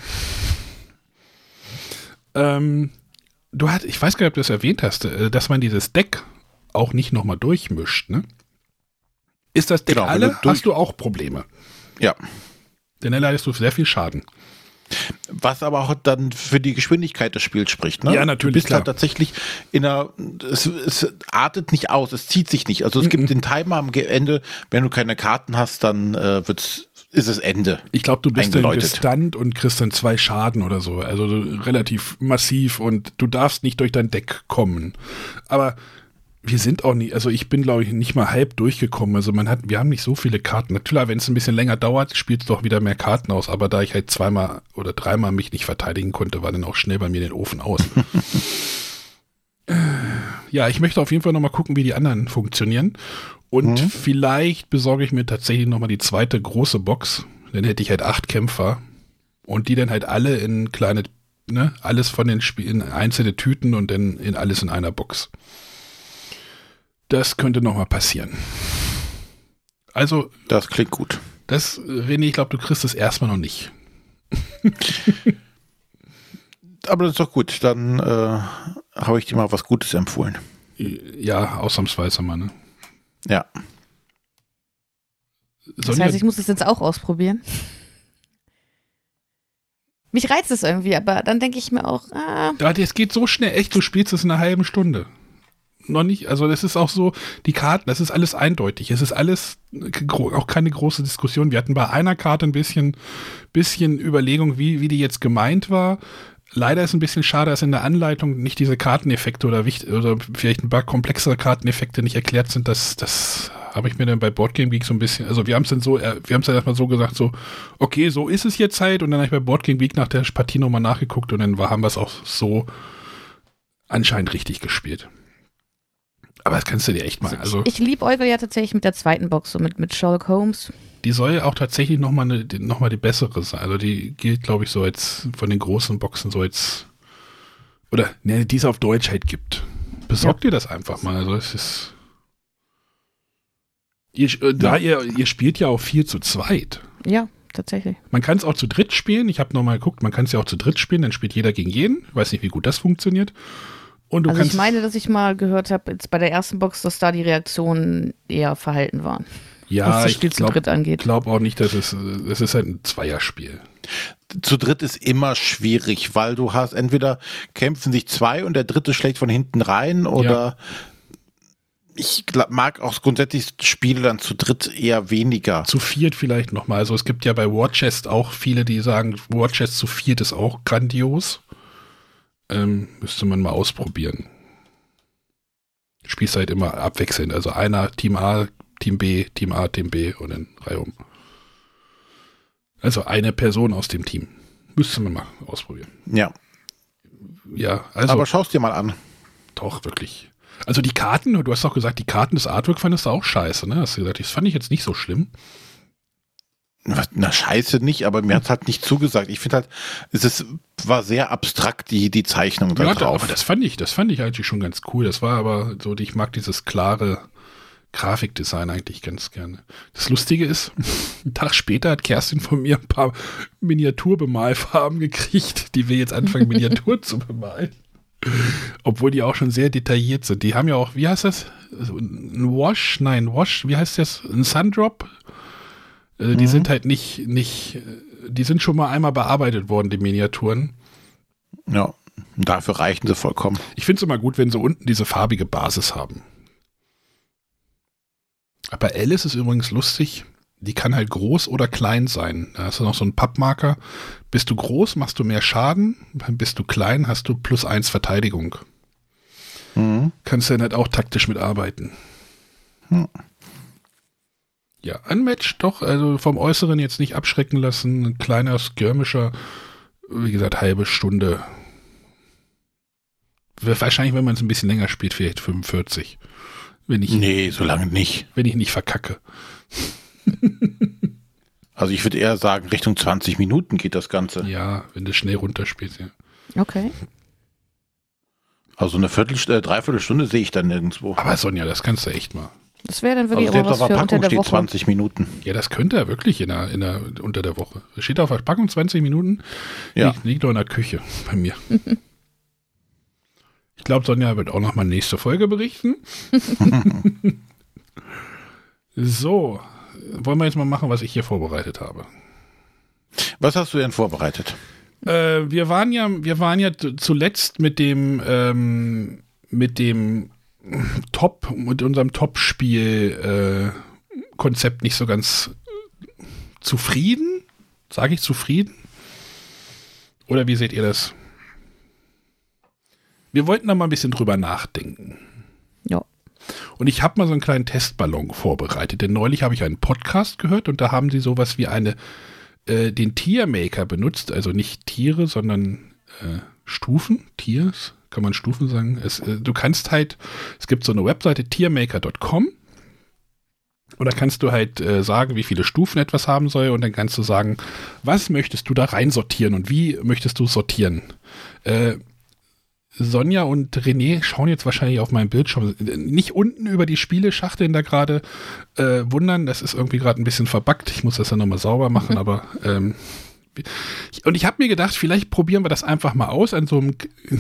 Ähm, du hast, ich weiß gar nicht, ob du das erwähnt hast, dass man dieses Deck auch nicht nochmal durchmischt, ne? Ist das Deck genau, alle, du hast du auch Probleme. Ja. Denn dann leidest du sehr viel Schaden. Was aber auch dann für die Geschwindigkeit des Spiels spricht. Ne? Ja, natürlich. Du bist klar. halt tatsächlich in einer, es, es artet nicht aus, es zieht sich nicht. Also es mm-mm. gibt den Timer am Ende, wenn du keine Karten hast, dann äh, wird's, ist es Ende. Ich glaube, du bist dann gestunt und kriegst dann zwei Schaden oder so. Also relativ massiv und du darfst nicht durch dein Deck kommen. Aber wir sind auch nicht, also ich bin, glaube ich, nicht mal halb durchgekommen. Also man hat, wir haben nicht so viele Karten. Natürlich, wenn es ein bisschen länger dauert, spielt es doch wieder mehr Karten aus. Aber da ich halt zweimal oder dreimal mich nicht verteidigen konnte, war dann auch schnell bei mir den Ofen aus. Ja, ich möchte auf jeden Fall nochmal gucken, wie die anderen funktionieren. Und mhm. vielleicht besorge ich mir tatsächlich nochmal die zweite große Box. Dann hätte ich halt acht Kämpfer. Und die dann halt alle in kleine, ne, alles von den Spielen, in einzelne Tüten und dann in alles in einer Box. Das könnte nochmal passieren. Also. Das klingt gut. Das, René, ich glaube, du kriegst es erstmal noch nicht. Aber das ist doch gut. Dann äh, habe ich dir mal was Gutes empfohlen. Ja, ausnahmsweise mal, ne? Ja. Das heißt, ich muss das jetzt auch ausprobieren. Mich reizt es irgendwie, aber dann denke ich mir auch, ah. Ja, das geht so schnell, echt, du spielst es in einer halben Stunde. Noch nicht, also das ist auch so, die Karten, das ist alles eindeutig. Es ist alles auch keine große Diskussion. Wir hatten bei einer Karte ein bisschen, bisschen Überlegung, wie, wie die jetzt gemeint war. leider ist ein bisschen schade, dass in der Anleitung nicht diese Karteneffekte oder, wichtig, oder vielleicht ein paar komplexere Karteneffekte nicht erklärt sind. Das, das habe ich mir dann bei Boardgame Geek so ein bisschen, also wir haben es dann so, wir haben es dann erstmal so gesagt, so, okay, so ist es jetzt halt. Und dann habe ich bei Boardgame Geek nach der Partie nochmal nachgeguckt und dann war, haben wir es auch so anscheinend richtig gespielt. Aber das kannst du dir echt mal, also. Ich liebäugel ja tatsächlich mit der zweiten Box, so mit, mit Sherlock Holmes. Die soll auch tatsächlich nochmal ne, noch mal die bessere sein. Also die gilt, glaube ich, so als von den großen Boxen so als, oder ne, die es auf Deutsch halt gibt. Besorgt ja. ihr das einfach mal. Also es ist, ihr, äh, da ihr, ihr spielt ja auch viel zu zweit. Ja, tatsächlich. Man kann es auch zu dritt spielen. Ich habe nochmal geguckt, man kann es ja auch zu dritt spielen, dann spielt jeder gegen jeden. Ich weiß nicht, wie gut das funktioniert. Und du also kannst, ich meine, dass ich mal gehört habe, jetzt bei der ersten Box, dass da die Reaktionen eher verhalten waren. Ja, was das Spiel ich glaube glaub auch nicht, dass es, es ist halt ein Zweierspiel. Zu dritt ist immer schwierig, weil du hast, entweder kämpfen sich zwei und der dritte schlägt von hinten rein oder ja. Ich mag auch grundsätzlich Spiele dann zu dritt eher weniger. Zu viert vielleicht nochmal. Also es gibt ja bei War Chest auch viele, die sagen, War Chest zu viert ist auch grandios. Ähm, müsste man mal ausprobieren. Spielst halt immer abwechselnd. Also einer Team A, Team B, Team A, Team B und dann Reihe um. Also eine Person aus dem Team. Müsste man mal ausprobieren. Ja. Ja, also. Aber schau es dir mal an. Doch, wirklich. Also die Karten, du hast auch gesagt, die Karten des Artwork fandest du auch scheiße, ne? Hast du gesagt, das fand ich jetzt nicht so schlimm. Na, scheiße nicht, aber mir hat es halt nicht zugesagt. Ich finde halt, es ist, war sehr abstrakt, die, die Zeichnung da ja, drauf. Aber das fand ich, das fand ich eigentlich schon ganz cool. Das war aber so, ich mag dieses klare Grafikdesign eigentlich ganz gerne. Das Lustige ist, einen Tag später hat Kerstin von mir ein paar Miniaturbemalfarben gekriegt, die wir jetzt anfangen, Miniatur zu bemalen. Obwohl die auch schon sehr detailliert sind. Die haben ja auch, wie heißt das? Ein Wash? Nein, Wash, wie heißt das? Ein Sundrop? Äh, die mhm. sind halt nicht, nicht, die sind schon mal einmal bearbeitet worden, die Miniaturen. Ja, dafür reichen sie vollkommen. Ich finde es immer gut, wenn sie unten diese farbige Basis haben. Bei Alice ist übrigens lustig, die kann halt groß oder klein sein. Da hast du noch so einen Pappmarker. Bist du groß, machst du mehr Schaden. Bist du klein, hast du plus eins Verteidigung. Mhm. Kannst du dann halt auch taktisch mitarbeiten. Mhm. Ja, Unmatched doch, also vom Äußeren jetzt nicht abschrecken lassen. Ein kleiner Skirmisher, wie gesagt, halbe Stunde. Wahrscheinlich, wenn man es ein bisschen länger spielt, vielleicht fünfundvierzig. Wenn ich, nee, so lange nicht. Wenn ich nicht verkacke. Also ich würde eher sagen, Richtung zwanzig Minuten geht das Ganze. Ja, wenn du schnell runterspielst, ja. Okay. Also eine Viertelstunde, äh, Dreiviertelstunde sehe ich dann nirgendwo. Aber Sonja, das kannst du echt mal. Das wäre dann wirklich also auch was auf der für unter der steht Woche. zwanzig Minuten. Ja, das könnte er wirklich in der, in der, unter der Woche. Es steht auf der Packung zwanzig Minuten. Ja. Liegt, liegt doch in der Küche bei mir. Ich glaube, Sonja wird auch noch mal nächste Folge berichten. So, wollen wir jetzt mal machen, was ich hier vorbereitet habe. Was hast du denn vorbereitet? Äh, wir waren ja, wir waren ja zuletzt mit dem, ähm, mit dem Top, mit unserem Top-Spiel-Konzept äh, nicht so ganz zufrieden. Sage ich zufrieden? Oder wie seht ihr das? Wir wollten da mal ein bisschen drüber nachdenken. Ja. Und ich habe mal so einen kleinen Testballon vorbereitet, denn neulich habe ich einen Podcast gehört und da haben sie sowas wie eine, äh, den Tiermaker benutzt, also nicht Tiere, sondern äh, Stufen, Tiers, kann man Stufen sagen. Es, äh, du kannst halt, es gibt so eine Webseite, tiermaker Punkt com und da kannst du halt äh, sagen, wie viele Stufen etwas haben soll und dann kannst du sagen, was möchtest du da rein sortieren und wie möchtest du sortieren. Äh, Sonja und René schauen jetzt wahrscheinlich auf meinen Bildschirm. Nicht unten über die Spieleschachteln da gerade äh, wundern. Das ist irgendwie gerade ein bisschen verbuggt. Ich muss das dann nochmal sauber machen. Mhm. Aber ähm, und ich habe mir gedacht, vielleicht probieren wir das einfach mal aus an so einem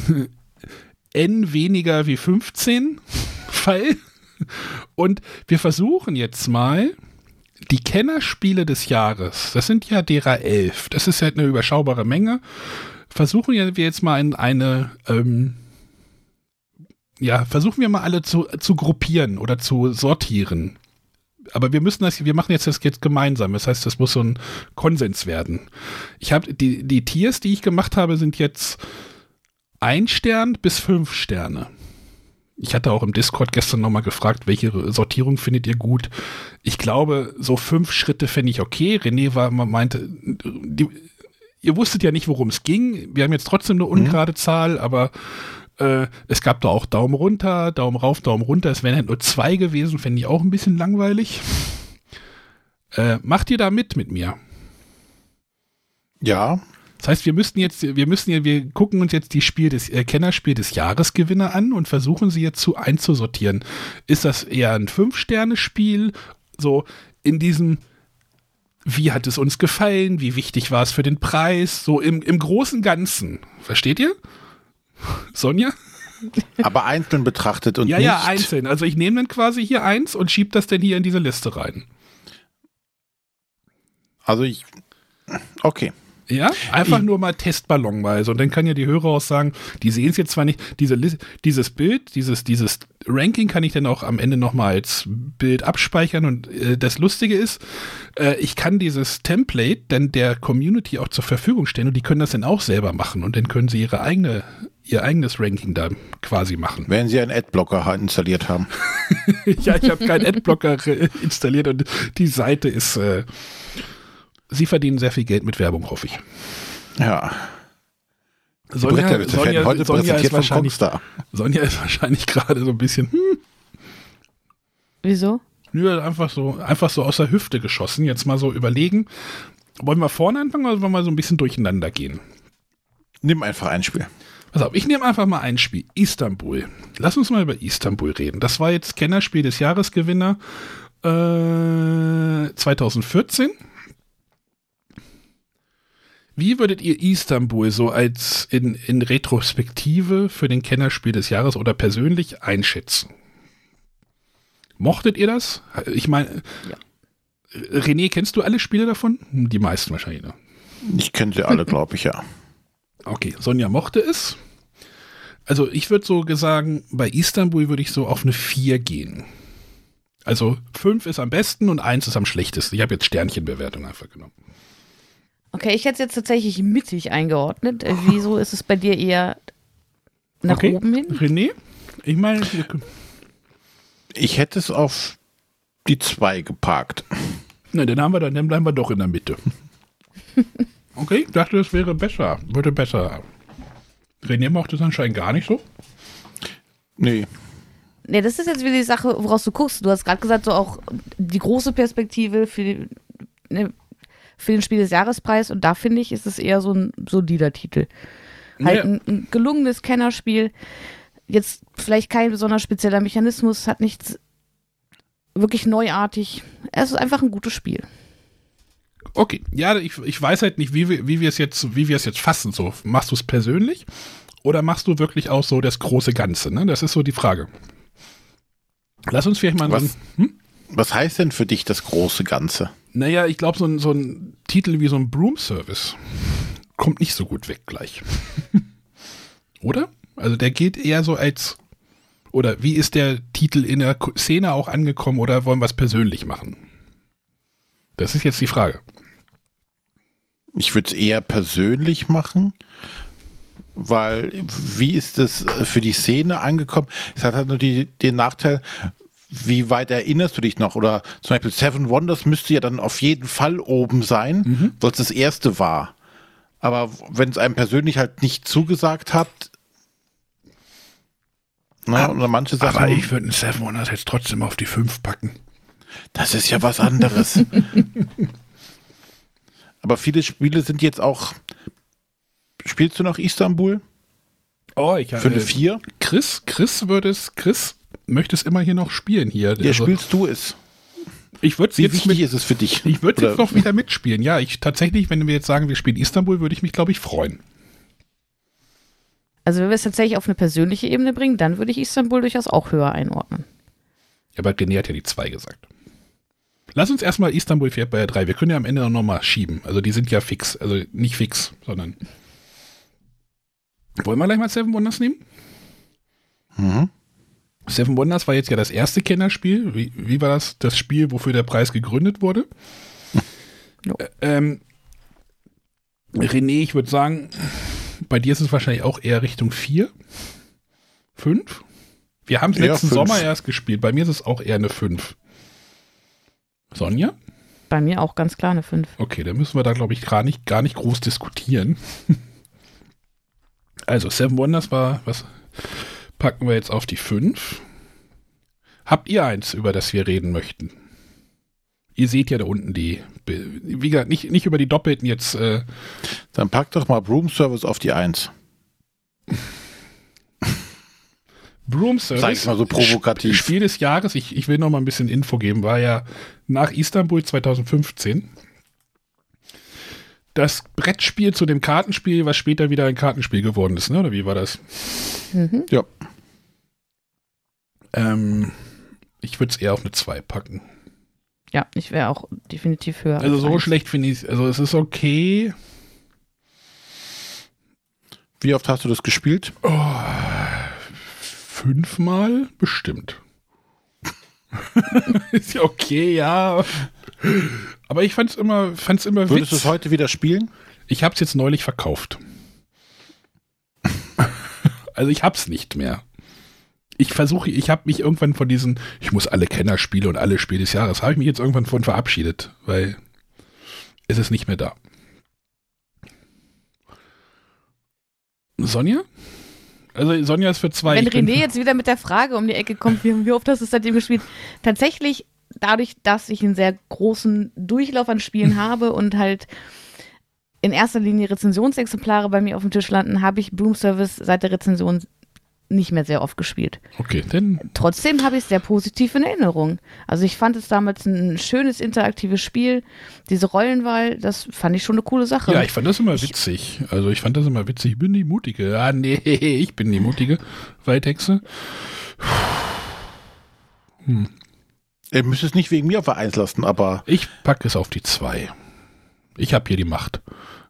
N weniger wie fünfzehn Fall. Und wir versuchen jetzt mal die Kennerspiele des Jahres. Das sind ja derer elf. Das ist halt eine überschaubare Menge. Versuchen wir jetzt mal in eine, ähm, ja, versuchen wir mal alle zu, zu gruppieren oder zu sortieren. aber wir müssen das, wir machen jetzt das jetzt gemeinsam. Das heißt, das muss so ein Konsens werden. Ich habe die, die Tiers, die ich gemacht habe, sind jetzt ein Stern bis fünf Sterne. Ich hatte auch im Discord gestern nochmal gefragt, welche Sortierung findet ihr gut? Ich glaube, so fünf Schritte fände ich okay. René war, meinte, die, ihr wusstet ja nicht, worum es ging. Wir haben jetzt trotzdem eine ungerade mhm. Zahl, aber Äh, es gab da auch Daumen runter, Daumen rauf, Daumen runter. Es wären halt nur zwei gewesen, fände ich auch ein bisschen langweilig. Äh, macht ihr da mit mit mir? Ja. Das heißt, wir müssten jetzt, wir müssen ja, wir gucken uns jetzt die Spiel des äh, Kennerspiel des Jahresgewinner an und versuchen sie jetzt zu einzusortieren. Ist das eher ein Fünf-Sterne-Spiel? So in diesem, wie hat es uns gefallen? Wie wichtig war es für den Preis? So im, im großen Ganzen. Versteht ihr? Sonja? Aber einzeln betrachtet und ja, nicht... Ja, ja, einzeln. Also ich nehme dann quasi hier eins und schiebe das dann hier in diese Liste rein. Also ich... Okay. Ja, einfach ich, nur mal testballonweise. Und dann kann ja die Hörer auch sagen, die sehen es jetzt zwar nicht, diese, dieses Bild, dieses, dieses Ranking kann ich dann auch am Ende nochmal als Bild abspeichern. Und äh, das Lustige ist, äh, ich kann dieses Template dann der Community auch zur Verfügung stellen und die können das dann auch selber machen. Und dann können sie ihre eigene, ihr eigenes Ranking da quasi machen. Wenn sie einen Adblocker installiert haben. Ja, ich habe keinen Adblocker installiert und die Seite ist... Äh, Sie verdienen sehr viel Geld mit Werbung, hoffe ich. Ja. Sonja, Sonja, heute Sonja, ist wahrscheinlich, Kongstar. Sonja ist wahrscheinlich gerade so ein bisschen. Hm. Wieso? Nö, einfach so, einfach so aus der Hüfte geschossen. Jetzt mal so überlegen. Wollen wir vorne anfangen oder wollen wir mal so ein bisschen durcheinander gehen? Nimm einfach ein Spiel. Pass auf, ich nehme einfach mal ein Spiel. Istanbul. Lass uns mal über Istanbul reden. Das war jetzt Kennerspiel des Jahresgewinner äh, zwanzig vierzehn. Wie würdet ihr Istanbul so als in, in Retrospektive für den Kennerspiel des Jahres oder persönlich einschätzen? Mochtet ihr das? Ich meine, ja. René, kennst du alle Spiele davon? Die meisten wahrscheinlich, ne? Ich kenne sie alle, glaube ich, ja. Okay, Sonja mochte es. Also ich würde so sagen, bei Istanbul würde ich so auf eine vier gehen. Also fünf ist am besten und eins ist am schlechtesten. Ich habe jetzt Sternchenbewertung einfach genommen. Okay, ich hätte es jetzt tatsächlich mittig eingeordnet. Äh, wieso ist es bei dir eher nach okay. oben hin? René? Ich meine... Ich hätte es auf die zwei geparkt. Na, dann haben wir dann, dann bleiben wir doch in der Mitte. Okay, ich dachte, das wäre besser. Würde besser. René mochte es anscheinend gar nicht so. Nee. Nee, das ist jetzt wieder die Sache, woraus du guckst. Du hast gerade gesagt, so auch die große Perspektive für die, ne, für den Spiel des Jahrespreis und da finde ich, ist es eher so ein solider Titel. Halt ja. ein, ein gelungenes Kennerspiel, jetzt vielleicht kein besonders spezieller Mechanismus, hat nichts wirklich neuartig. Es ist einfach ein gutes Spiel. Okay, ja, ich, ich weiß halt nicht, wie wir, wie wir es jetzt, wie wir es jetzt fassen. So, machst du es persönlich oder machst du wirklich auch so das große Ganze? Ne? Das ist so die Frage. Lass uns vielleicht mal... Was, so ein, hm? was heißt denn für dich das große Ganze? Naja, ich glaube, so ein, so ein Titel wie so ein Broom-Service kommt nicht so gut weg gleich. Oder? Also der geht eher so als, oder wie ist der Titel in der Szene auch angekommen oder wollen wir es persönlich machen? Das ist jetzt die Frage. Ich würde es eher persönlich machen, weil wie ist das für die Szene angekommen? Es hat halt nur die, den Nachteil, wie weit erinnerst du dich noch? Oder zum Beispiel Seven Wonders müsste ja dann auf jeden Fall oben sein, mhm. weil es das erste war. Aber wenn es einem persönlich halt nicht zugesagt hat, na, aber, oder manche Sachen. Aber ich würde einen Seven Wonders jetzt trotzdem auf die fünf packen. Das ist ja was anderes. Aber viele Spiele sind jetzt auch. Spielst du noch Istanbul? Oh, ich habe. Für eine vier? Chris, Chris würde es, Chris möchte es immer hier noch spielen hier. Ja, also, spielst du es? Ich würde Wie jetzt wichtig mit, ist es für dich? Ich würde jetzt noch wieder mitspielen. Ja, ich tatsächlich, wenn wir jetzt sagen, wir spielen Istanbul, würde ich mich, glaube ich, freuen. Also wenn wir es tatsächlich auf eine persönliche Ebene bringen, dann würde ich Istanbul durchaus auch höher einordnen. Ja, aber René hat ja die zwei gesagt. Lass uns erstmal Istanbul fährt bei der drei. Wir können ja am Ende noch mal schieben. Also die sind ja fix. Also nicht fix, sondern... Wollen wir gleich mal Seven Wonders nehmen? Mhm. Seven Wonders war jetzt ja das erste Kennerspiel. Wie, wie war das? Das Spiel, wofür der Preis gegründet wurde? Jo. Ähm, René, ich würde sagen, bei dir ist es wahrscheinlich auch eher Richtung vier, fünf. Wir haben es Eher letzten fünf. Sommer erst gespielt. Bei mir ist es auch eher eine fünf. Sonja? Bei mir auch ganz klar eine fünf. Okay, dann müssen wir da, glaube ich, gar nicht, gar nicht groß diskutieren. Also, Seven Wonders war, was packen wir jetzt auf die fünf? Habt ihr eins, über das wir reden möchten? Ihr seht ja da unten die, wie gesagt, nicht, nicht über die Doppelten jetzt. Äh, Dann pack doch mal Broom Service auf die eins. Broom Service. Sag ich mal so provokativ. Spiel des Jahres, ich, ich will noch mal ein bisschen Info geben, war ja nach Istanbul zwanzig fünfzehn. Das Brettspiel zu dem Kartenspiel, was später wieder ein Kartenspiel geworden ist, ne? Oder wie war das? Mhm. Ja. Ähm, ich würde es eher auf eine zwei packen. Ja, ich wäre auch definitiv höher. Also als so eins. schlecht finde ich es. Also es ist okay. Wie oft hast du das gespielt? Oh, fünfmal bestimmt. Ist ja okay, ja. Aber ich fand's immer, fand's immer Würdest du Witz. es heute wieder spielen? Ich hab's jetzt neulich verkauft. Also ich hab's nicht mehr. Ich versuche, ich habe mich irgendwann von diesen, ich muss alle Kennerspiele und alle Spiele des Jahres, habe ich mich jetzt irgendwann von verabschiedet, weil es ist nicht mehr da. Sonja? Also Sonja ist für zwei. Wenn ich bin René für- jetzt wieder mit der Frage um die Ecke kommt, wie, wie oft hast du es seitdem gespielt? Tatsächlich, dadurch, dass ich einen sehr großen Durchlauf an Spielen habe und halt in erster Linie Rezensionsexemplare bei mir auf dem Tisch landen, habe ich Broom Service seit der Rezension nicht mehr sehr oft gespielt. Okay, dann Trotzdem habe ich es sehr positiv in Erinnerung. Also ich fand es damals ein schönes interaktives Spiel. Diese Rollenwahl, das fand ich schon eine coole Sache. ja, ich fand das immer Ich- witzig. Also ich fand das immer witzig. Ich bin die Mutige. Ah, nee, ich bin die Mutige. Waldhexe. Hm. Ihr müsst es nicht wegen mir auf der eins lassen, aber Ich packe es auf die zwei. Ich habe hier die Macht.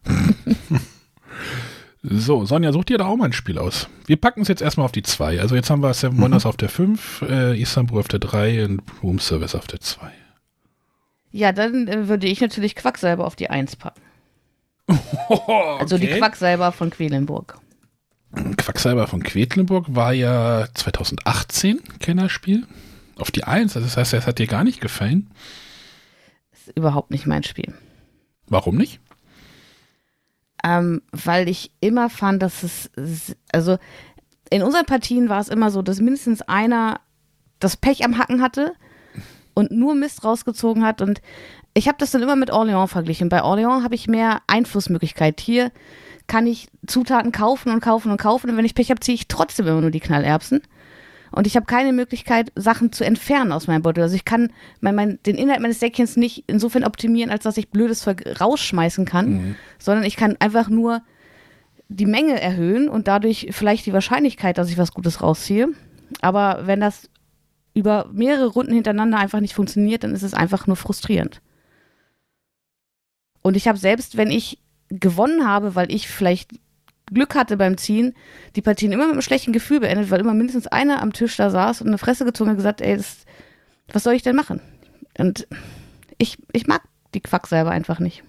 So, Sonja, such dir da auch mal ein Spiel aus. Wir packen es jetzt erstmal auf die zwei. Also jetzt haben wir Seven Wonders auf der fünf, äh, Istanbul auf der drei und Room Service auf der zwei. Ja, dann äh, würde ich natürlich Quacksalber auf die eins packen. Also die Quacksalber von Quedlinburg. Quacksalber von Quedlinburg war ja zwanzig achtzehn Kennerspiel. Auf die eins, also das heißt, es hat dir gar nicht gefallen. Ist überhaupt nicht mein Spiel. Warum nicht? Ähm, weil ich immer fand, dass es, also in unseren Partien war es immer so, dass mindestens einer das Pech am Hacken hatte und nur Mist rausgezogen hat. Und ich habe das dann immer mit Orléans verglichen. Bei Orléans habe ich mehr Einflussmöglichkeit. Hier kann ich Zutaten kaufen und kaufen und kaufen. Und wenn ich Pech habe, ziehe ich trotzdem immer nur die Knallerbsen. Und ich habe keine Möglichkeit, Sachen zu entfernen aus meinem Beutel. Also ich kann mein, mein, den Inhalt meines Säckchens nicht insofern optimieren, als dass ich blödes Zeug rausschmeißen kann, Mhm. sondern ich kann einfach nur die Menge erhöhen und dadurch vielleicht die Wahrscheinlichkeit, dass ich was Gutes rausziehe. Aber wenn das über mehrere Runden hintereinander einfach nicht funktioniert, dann ist es einfach nur frustrierend. Und ich habe selbst, wenn ich gewonnen habe, weil ich vielleicht Glück hatte beim Ziehen, die Partien immer mit einem schlechten Gefühl beendet, weil immer mindestens einer am Tisch da saß und eine Fresse gezogen hat und gesagt, ey, das, was soll ich denn machen? Und ich, ich mag die Quacksalber einfach nicht.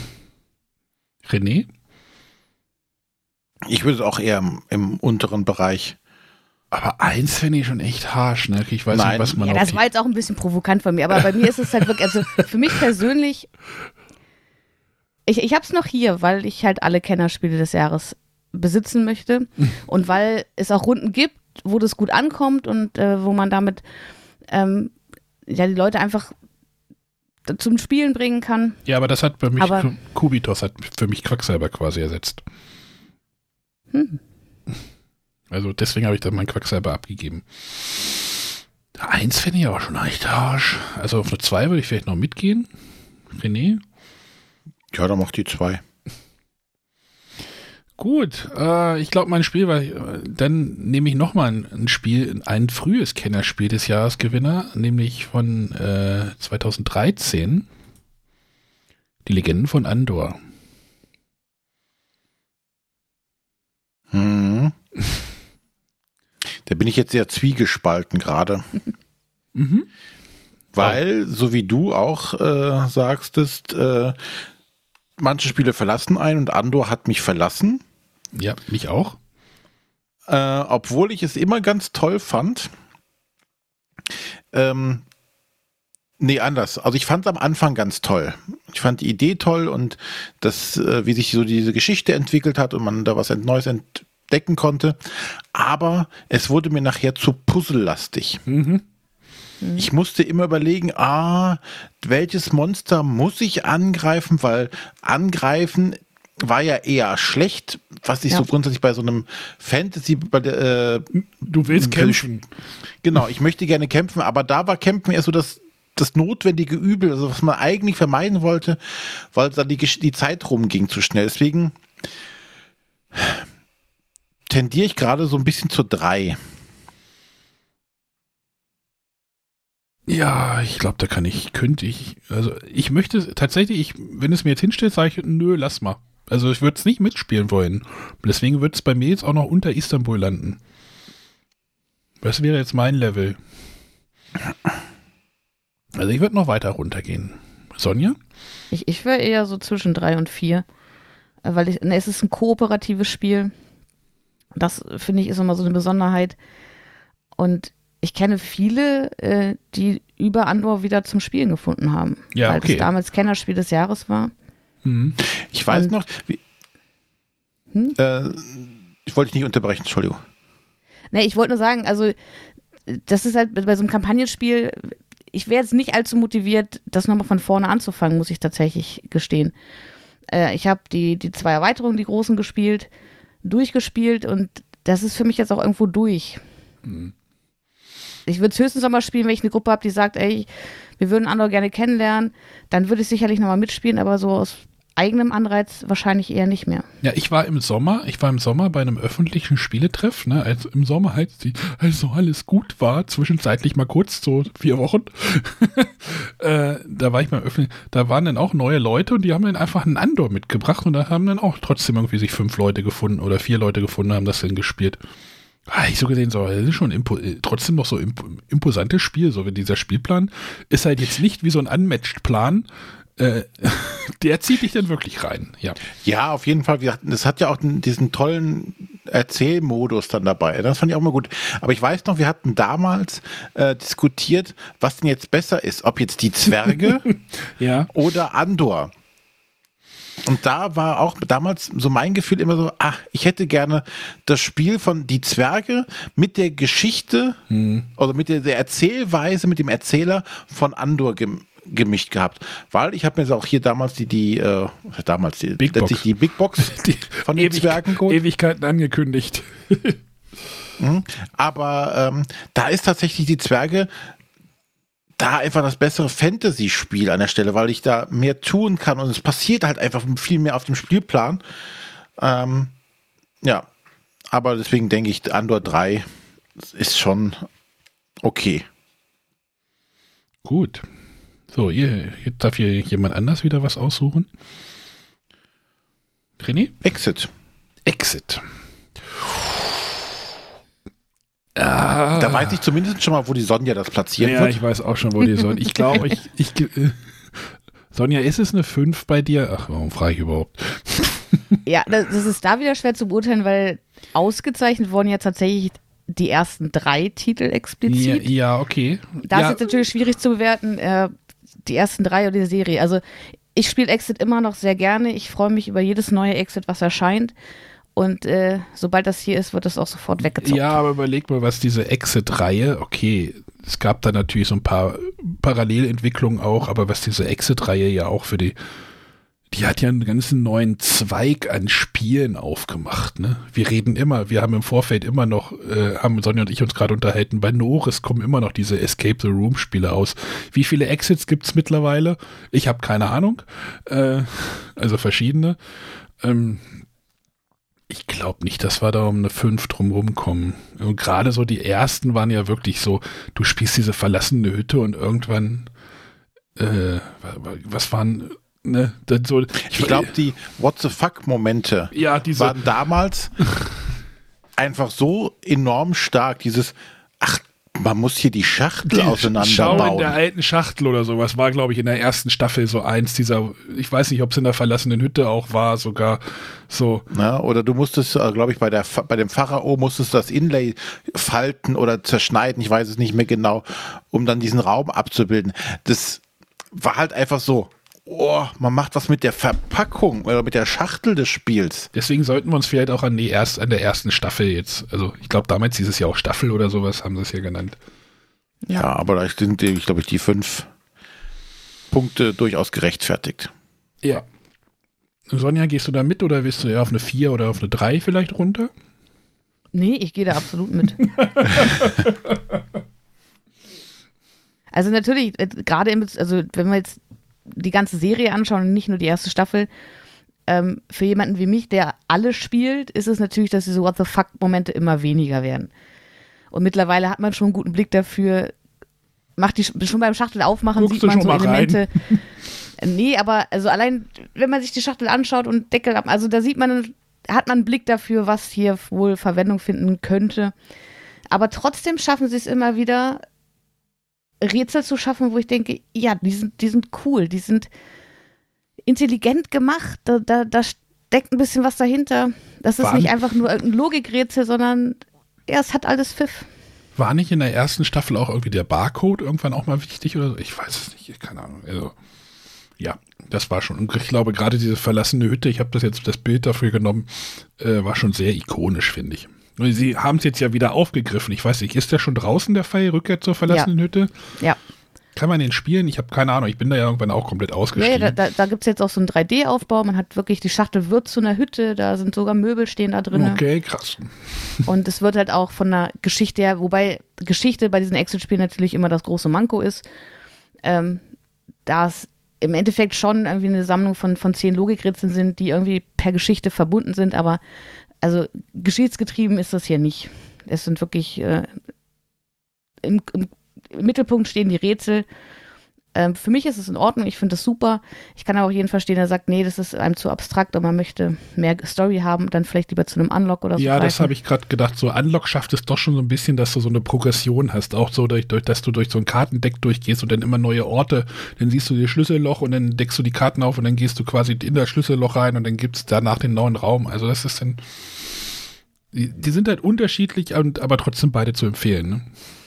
René? ich würde es auch eher im, im unteren Bereich. Aber eins finde ich schon echt harsch, ne? Ich weiß Nein. nicht, was man Ja, auf das die- war jetzt auch ein bisschen provokant von mir, aber bei mir ist es halt wirklich, also für mich persönlich, ich, ich habe es noch hier, weil ich halt alle Kennerspiele des Jahres besitzen möchte und weil es auch Runden gibt, wo das gut ankommt und äh, wo man damit ähm, ja die Leute einfach zum Spielen bringen kann. Ja, aber das hat bei mich, Aber- Kubitos hat für mich Quacksalber quasi ersetzt. Hm. Also deswegen habe ich dann meinen Quacksalber abgegeben. Eins finde ich aber schon echt harsch. Also auf eine zwei würde ich vielleicht noch mitgehen. René? Ja, dann mach die zwei. Gut, äh, ich glaube, mein Spiel war, äh, dann nehme ich nochmal ein, ein Spiel, ein frühes Kennerspiel des Jahresgewinner, nämlich von äh, zwanzig dreizehn, die Legenden von Andor. Hm. Da bin ich jetzt sehr zwiegespalten gerade. Mhm. Weil, so wie du auch äh, sagstest, äh, manche Spiele verlassen einen und Andor hat mich verlassen. Ja, mich auch. Äh, obwohl ich es immer ganz toll fand. Ähm, nee, anders. Also ich fand es am Anfang ganz toll. Ich fand die Idee toll und das, äh, wie sich so diese Geschichte entwickelt hat und man da was Neues entdecken konnte. Aber es wurde mir nachher zu puzzellastig. Mhm. Ich musste immer überlegen, ah, welches Monster muss ich angreifen, weil angreifen war ja eher schlecht, was ich Ja. so grundsätzlich bei so einem Fantasy, bei der, äh, Du willst kämpfen. genau, ich möchte gerne kämpfen, aber da war Kämpfen eher so das, das notwendige Übel, also was man eigentlich vermeiden wollte, weil dann die, Gesch- die Zeit rumging zu schnell. Deswegen tendiere ich gerade so ein bisschen zur drei. Ja, ich glaube, da kann ich, könnte ich, also ich möchte tatsächlich, ich, wenn es mir jetzt hinstellt, sage ich, nö, lass mal. Also ich würde es nicht mitspielen wollen. Deswegen wird es bei mir jetzt auch noch unter Istanbul landen. Das wäre jetzt mein Level. Also ich würde noch weiter runtergehen. Sonja? Ich, ich wäre eher so zwischen drei und vier, äh, weil ich, ne, es ist ein kooperatives Spiel. Das, finde ich, ist immer so eine Besonderheit. Und ich kenne viele, äh, die über Andor wieder zum Spielen gefunden haben. Ja, weil okay. das damals Kennerspiel des Jahres war. Mhm. Ich weiß Und- noch, wie, Hm? äh, ich wollte dich nicht unterbrechen, Entschuldigung. Ne, ich wollte nur sagen, also das ist halt bei so einem Kampagnenspiel, ich wäre jetzt nicht allzu motiviert, das nochmal von vorne anzufangen, muss ich tatsächlich gestehen. Äh, ich habe die, die zwei Erweiterungen, die großen gespielt, durchgespielt und das ist für mich jetzt auch irgendwo durch. Mhm. Ich würde es höchstens nochmal spielen, wenn ich eine Gruppe habe, die sagt, ey, wir würden Andor gerne kennenlernen, dann würde ich sicherlich nochmal mitspielen, aber so aus eigenem Anreiz wahrscheinlich eher nicht mehr. Ja, ich war im Sommer, ich war im Sommer bei einem öffentlichen Spieletreff, ne, als im Sommer halt, die, also alles gut war, zwischenzeitlich mal kurz, so vier Wochen, äh, da war ich mal öffentlich, da waren dann auch neue Leute und die haben dann einfach einen Andor mitgebracht und da haben dann auch trotzdem irgendwie sich fünf Leute gefunden oder vier Leute gefunden, haben das dann gespielt. Ah, ich so gesehen, so, das ist schon impo trotzdem noch so imp imposantes Spiel, so wie dieser Spielplan ist halt jetzt nicht wie so ein Unmatched-Plan, äh, der zieht dich dann wirklich rein, ja. Ja, auf jeden Fall. Das hat ja auch diesen tollen Erzählmodus dann dabei. Das fand ich auch mal gut. Aber ich weiß noch, wir hatten damals äh, diskutiert, was denn jetzt besser ist. Ob jetzt die Zwerge Ja. oder Andor. Und da war auch damals so mein Gefühl immer so, ach, ich hätte gerne das Spiel von die Zwerge mit der Geschichte Hm. oder mit der, der Erzählweise, mit dem Erzähler von Andor gem gemischt gehabt. Weil ich habe mir jetzt auch hier damals die, die äh, damals die, Big letztlich Box. die Big Box Die von den Ewig Zwergen geholt. Ewigkeiten angekündigt. Mhm. Aber ähm, da ist tatsächlich die Zwerge da einfach das bessere Fantasy-Spiel an der Stelle, weil ich da mehr tun kann und es passiert halt einfach viel mehr auf dem Spielplan. Ähm, ja, aber deswegen denke ich, Andor drei ist schon okay. Gut. So, ihr, jetzt darf hier jemand anders wieder was aussuchen. René? Exit. Exit. Ah. Da weiß ich zumindest schon mal, wo die Sonja das platzieren Ja, wird. ich weiß auch schon, wo die Sonja. Ich glaube, ich, ich, äh, Sonja, ist es eine fünf bei dir? Ach, warum frage ich überhaupt? Ja, das, das ist da wieder schwer zu beurteilen, weil ausgezeichnet wurden ja tatsächlich die ersten drei Titel Ja, explizit. ja, okay. Da ja, ist jetzt natürlich schwierig zu bewerten, äh, die ersten drei oder die Serie. Also ich spiele Exit immer noch sehr gerne. Ich freue mich über jedes neue Exit, was erscheint. Und äh, sobald das hier ist, wird es auch sofort weggezockt. Ja, aber überleg mal, was diese Exit-Reihe, okay, es gab da natürlich so ein paar Parallelentwicklungen auch, aber was diese Exit-Reihe ja auch für die, die hat ja einen ganzen neuen Zweig an Spielen aufgemacht, ne? Wir reden immer, wir haben im Vorfeld immer noch, äh, haben Sonja und ich uns gerade unterhalten, bei Norris kommen immer noch diese Escape the Room-Spiele aus. Wie viele Exits gibt's mittlerweile? Ich habe keine Ahnung. Äh, also verschiedene. Ähm, Ich glaube nicht, dass wir da um eine fünf drumherum kommen. Und gerade so die ersten waren ja wirklich so, du spielst diese verlassene Hütte und irgendwann, äh, was waren, ne, dann so. Ich glaube, die What the fuck-Momente ja, diese, waren damals einfach so enorm stark, dieses, ach, man muss hier die Schachtel Die auseinanderbauen. Schau in der alten Schachtel oder sowas war, glaube ich, in der ersten Staffel so eins dieser, ich weiß nicht, ob es in der verlassenen Hütte auch war, sogar so. Ja, oder du musstest, glaube ich, bei der bei dem Pharao musstest du das Inlay falten oder zerschneiden, ich weiß es nicht mehr genau, um dann diesen Raum abzubilden. Das war halt einfach so, oh, man macht was mit der Verpackung oder mit der Schachtel des Spiels. Deswegen sollten wir uns vielleicht auch an die erst, an der ersten Staffel jetzt, also ich glaube damals hieß es ja auch Staffel oder sowas, haben sie es hier genannt. Ja, aber da sind, ich glaube ich, die fünf Punkte durchaus gerechtfertigt. Ja. Sonja, gehst du da mit oder willst du eher auf eine vier oder auf eine drei vielleicht runter? Nee, ich gehe da absolut mit. Also natürlich, äh, gerade im, also wenn wir jetzt die ganze Serie anschauen und nicht nur die erste Staffel, ähm, für jemanden wie mich, der alles spielt, ist es natürlich, dass diese What the fuck-Momente immer weniger werden. Und mittlerweile hat man schon einen guten Blick dafür, macht die schon beim Schachtel aufmachen, Guckst sieht du man schon so mal Elemente. Nee, aber also allein, wenn man sich die Schachtel anschaut und Deckel ab, also da sieht man, hat man einen Blick dafür, was hier wohl Verwendung finden könnte. Aber trotzdem schaffen sie es immer wieder, Rätsel zu schaffen, wo ich denke, ja, die sind, die sind cool, die sind intelligent gemacht, da, da, da steckt ein bisschen was dahinter. Das ist War nicht nicht- einfach nur irgendein Logikrätsel, sondern ja, es hat alles Pfiff. War nicht in der ersten Staffel auch irgendwie der Barcode irgendwann auch mal wichtig oder so? Ich weiß es nicht, keine Ahnung. Also, ja, das war schon, und ich glaube gerade diese verlassene Hütte, ich habe das jetzt, das Bild dafür genommen, äh, war schon sehr ikonisch, finde ich. Und sie haben es jetzt ja wieder aufgegriffen. Ich weiß nicht, ist der schon draußen, der Fall, Rückkehr zur verlassenen Hütte? Ja. Kann man den spielen? Ich habe keine Ahnung, ich bin da ja irgendwann auch komplett Ja, ausgestiegen. da da, da gibt es jetzt auch so einen drei D-Aufbau, man hat wirklich, die Schachtel wird zu einer Hütte, da sind sogar Möbel stehen da drin. Okay, krass. Und es wird halt auch von der Geschichte her, wobei Geschichte bei diesen Action-Spielen natürlich immer das große Manko ist, ähm, da es im Endeffekt schon irgendwie eine Sammlung von, von zehn Logikrätseln sind, die irgendwie per Geschichte verbunden sind, aber also geschichtsgetrieben ist das hier nicht. Es sind wirklich äh, im, im, im Mittelpunkt stehen die Rätsel. Ähm, für mich ist es in Ordnung, ich finde das super. Ich kann aber auch jeden verstehen, der sagt, nee, das ist einem zu abstrakt und man möchte mehr Story haben, dann vielleicht lieber zu einem Unlock oder so. Ja, das greifen. habe ich gerade gedacht. So Unlock schafft es doch schon so ein bisschen, dass du so eine Progression hast. Auch so, durch, durch, dass du durch so ein Kartendeck durchgehst und dann immer neue Orte. Dann siehst du das Schlüsselloch und dann deckst du die Karten auf und dann gehst du quasi in das Schlüsselloch rein und dann gibt es danach den neuen Raum. Also das ist dann, die, die sind halt unterschiedlich, und, aber trotzdem beide zu empfehlen. Ne?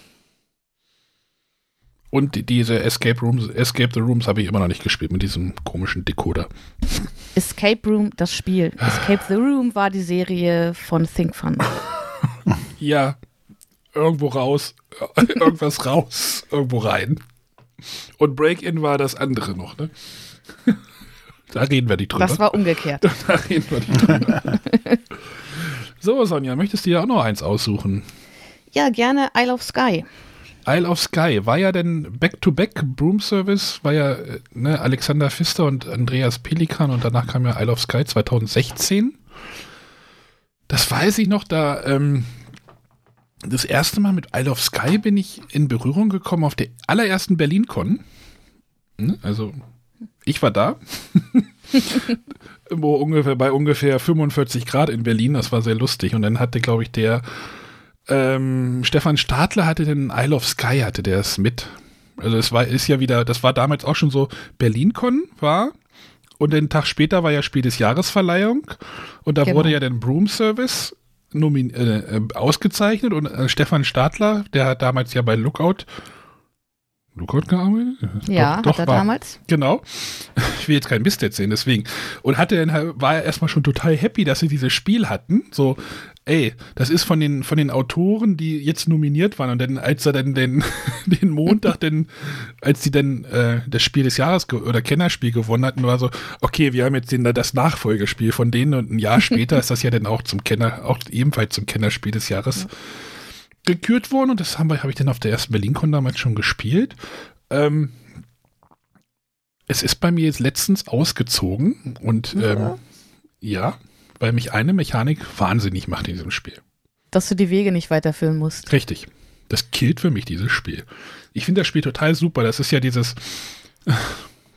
Und die, diese Escape Rooms, Escape the Rooms habe ich immer noch nicht gespielt mit diesem komischen Decoder. Escape Room, das Spiel. Escape the Room war die Serie von Think Fun. Ja, irgendwo raus, irgendwas raus, irgendwo rein. Und Break-In war das andere noch, ne? Da reden wir nicht drüber. Das war umgekehrt. Da reden wir nicht drüber. So, Sonja, möchtest du dir auch noch eins aussuchen? Ja, gerne Isle of Sky. Isle of Sky, war ja denn Back-to-Back Broom Service, war ja äh, ne, Alexander Pfister und Andreas Pelikan und danach kam ja Isle of Sky zwanzig sechzehn. Das weiß ich noch, da ähm, das erste Mal mit Isle of Sky bin ich in Berührung gekommen auf der allerersten BerlinCon. Ne, also ich war da. Wo ungefähr, bei ungefähr fünfundvierzig Grad in Berlin, das war sehr lustig. Und dann hatte, glaube ich, der ähm, Stefan Stadler hatte den Isle of Sky, hatte der es mit. Also es war, ist ja wieder, das war damals auch schon so, BerlinCon war und den Tag später war ja Spiel des Jahresverleihung und da Genau. wurde ja der Broom Service nomin- äh, äh, ausgezeichnet und äh, Stefan Stadler, der hat damals ja bei Lookout Lookout gearbeitet? Ja, Doch, hat er war- damals. Genau. Ich will jetzt keinen Mist erzählen, deswegen. Und hatte dann, halt- war er erstmal schon total happy, dass sie dieses Spiel hatten. So, ey, das ist von den, von den Autoren, die jetzt nominiert waren. Und dann, als er dann den, den Montag, dann, als sie dann äh, das Spiel des Jahres ge- oder Kennerspiel gewonnen hatten, war so, okay, wir haben jetzt den, das Nachfolgespiel von denen und ein Jahr später ist das ja dann auch zum Kenner, auch ebenfalls zum Kennerspiel des Jahres Ja. gekürt worden. Und das haben wir, habe ich dann auf der ersten BerlinCon damals schon gespielt. Ähm, es ist bei mir jetzt letztens ausgezogen und ähm, ja, weil mich eine Mechanik wahnsinnig macht in diesem Spiel. Dass du die Wege nicht weiterführen musst. Richtig. Das killt für mich dieses Spiel. Ich finde das Spiel total super. Das ist ja dieses,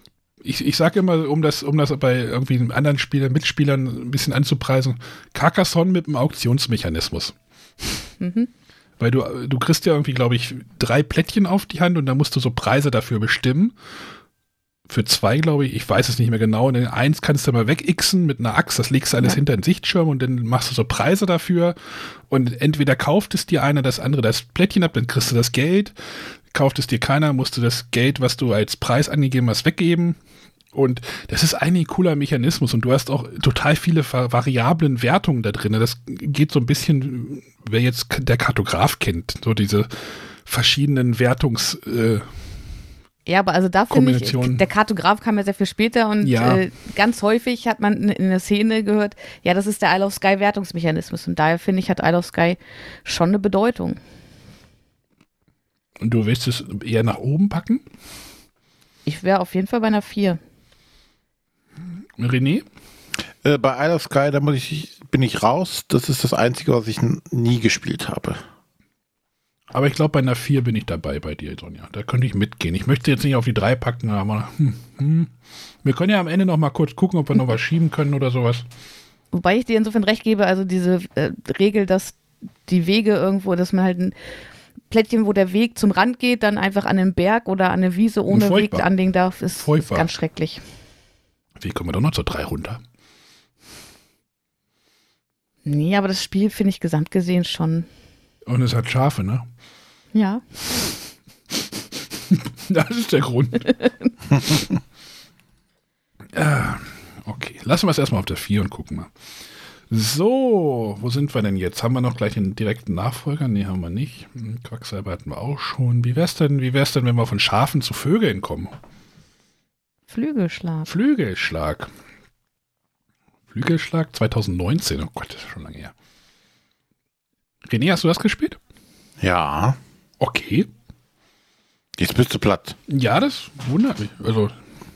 ich, ich sage immer, um das, um das bei irgendwie anderen Spielern, Mitspielern ein bisschen anzupreisen, Carcassonne mit einem Auktionsmechanismus. Mhm. Weil du, du kriegst ja irgendwie, glaube ich, drei Plättchen auf die Hand und dann musst du so Preise dafür bestimmen. Für zwei, glaube ich, ich weiß es nicht mehr genau. Und den eins kannst du mal wegixen mit einer Axt, das legst du alles ja. hinter den Sichtschirm und dann machst du so Preise dafür. Und entweder kauft es dir einer, das andere das Plättchen ab, dann kriegst du das Geld. Kauft es dir keiner, musst du das Geld, was du als Preis angegeben hast, weggeben. Und das ist eigentlich ein cooler Mechanismus und du hast auch total viele variablen Wertungen da drin. Das geht so ein bisschen, wer jetzt der Kartograf kennt, so diese verschiedenen Wertungs- äh, Ja, aber also da finde ich, der Kartograf kam ja sehr viel später und ja. äh, ganz häufig hat man in der Szene gehört, ja, das ist der Isle of Skye Wertungsmechanismus und daher finde ich, hat Isle of Skye schon eine Bedeutung. Und du willst es eher nach oben packen? Ich wäre auf jeden Fall bei einer vier. René? Äh, bei Isle of Skye, da muss ich, bin ich raus. Das ist das Einzige, was ich n- nie gespielt habe. Aber ich glaube, bei einer vier bin ich dabei bei dir, Sonja. Da könnte ich mitgehen. Ich möchte jetzt nicht auf die drei packen, aber hm, hm. wir können ja am Ende noch mal kurz gucken, ob wir noch was schieben können oder sowas. Wobei ich dir insofern recht gebe, also diese äh, Regel, dass die Wege irgendwo, dass man halt ein Plättchen, wo der Weg zum Rand geht, dann einfach an den Berg oder an eine Wiese ohne Weg anlegen darf, ist, ist ganz schrecklich. Wie kommen wir doch noch zur drei runter? Nee, aber das Spiel finde ich gesamt gesehen schon. Und es hat Schafe, ne? Ja. Das ist der Grund. ah, okay, lassen wir es erstmal auf der vier und gucken mal. So, wo sind wir denn jetzt? Haben wir noch gleich einen direkten Nachfolger? Nee, haben wir nicht. Quacksalber hatten wir auch schon. Wie wär's denn, wie wär's denn, wenn wir von Schafen zu Vögeln kommen? Flügelschlag. Flügelschlag. Flügelschlag zwanzig neunzehn. Oh Gott, das ist schon lange her. René, hast du das gespielt? Ja. Okay. Jetzt bist du platt. Ja, das wundert mich. Also,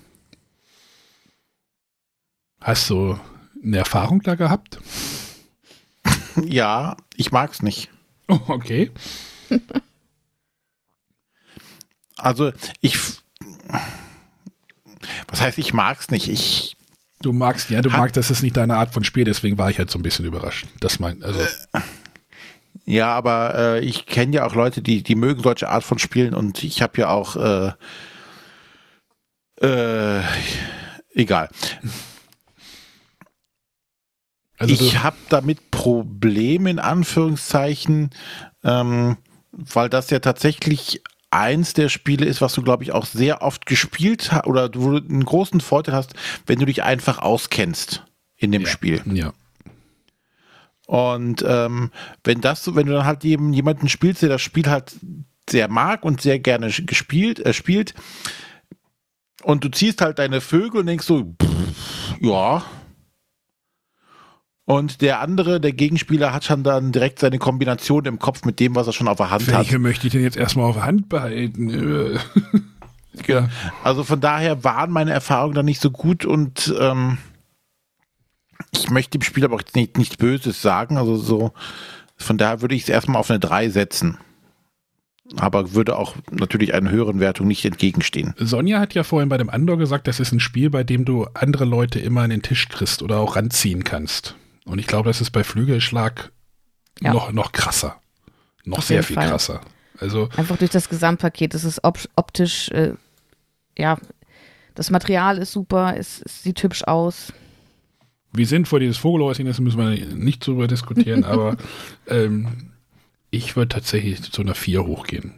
hast du eine Erfahrung da gehabt? Ja, ich mag's nicht. Oh, okay. Also, ich. Was heißt, ich mag's nicht? Ich. Du magst, ja, du hat, magst, das ist nicht deine Art von Spiel, deswegen war ich halt so ein bisschen überrascht. Das mein, also. Äh, ja, aber äh, ich kenne ja auch Leute, die, die mögen solche Art von Spielen und ich habe ja auch. Äh, äh, egal. Also ich habe damit Probleme in Anführungszeichen, ähm, weil das ja tatsächlich eins der Spiele ist, was du, glaube ich, auch sehr oft gespielt hast oder du einen großen Vorteil hast, wenn du dich einfach auskennst in dem ja. Spiel. Ja. Und ähm, wenn das, wenn du dann halt eben jemanden spielst, der das Spiel halt sehr mag und sehr gerne gespielt, äh, spielt, und du ziehst halt deine Vögel und denkst so, pff, ja. Und der andere, der Gegenspieler, hat schon dann direkt seine Kombination im Kopf mit dem, was er schon auf der Hand Welche hat. Welche möchte ich denn jetzt erstmal auf der Hand behalten? Ja. Also von daher waren meine Erfahrungen dann nicht so gut und ähm, ich möchte dem Spiel aber auch nicht, nichts Böses sagen. Also so, von daher würde ich es erstmal auf eine drei setzen. Aber würde auch natürlich einer höheren Wertung nicht entgegenstehen. Sonja hat ja vorhin bei dem Andor gesagt, das ist ein Spiel, bei dem du andere Leute immer an den Tisch kriegst oder auch ranziehen kannst. Und ich glaube, das ist bei Flügelschlag ja. noch, noch krasser. Noch Auf sehr viel Fall. krasser. Also einfach durch das Gesamtpaket. Das ist op- optisch, äh, ja, das Material ist super, es, es sieht hübsch aus. Wie sinnvoll dieses Vogelhäuschen ist, müssen wir nicht drüber diskutieren, aber ähm, ich würde tatsächlich zu einer vier hochgehen.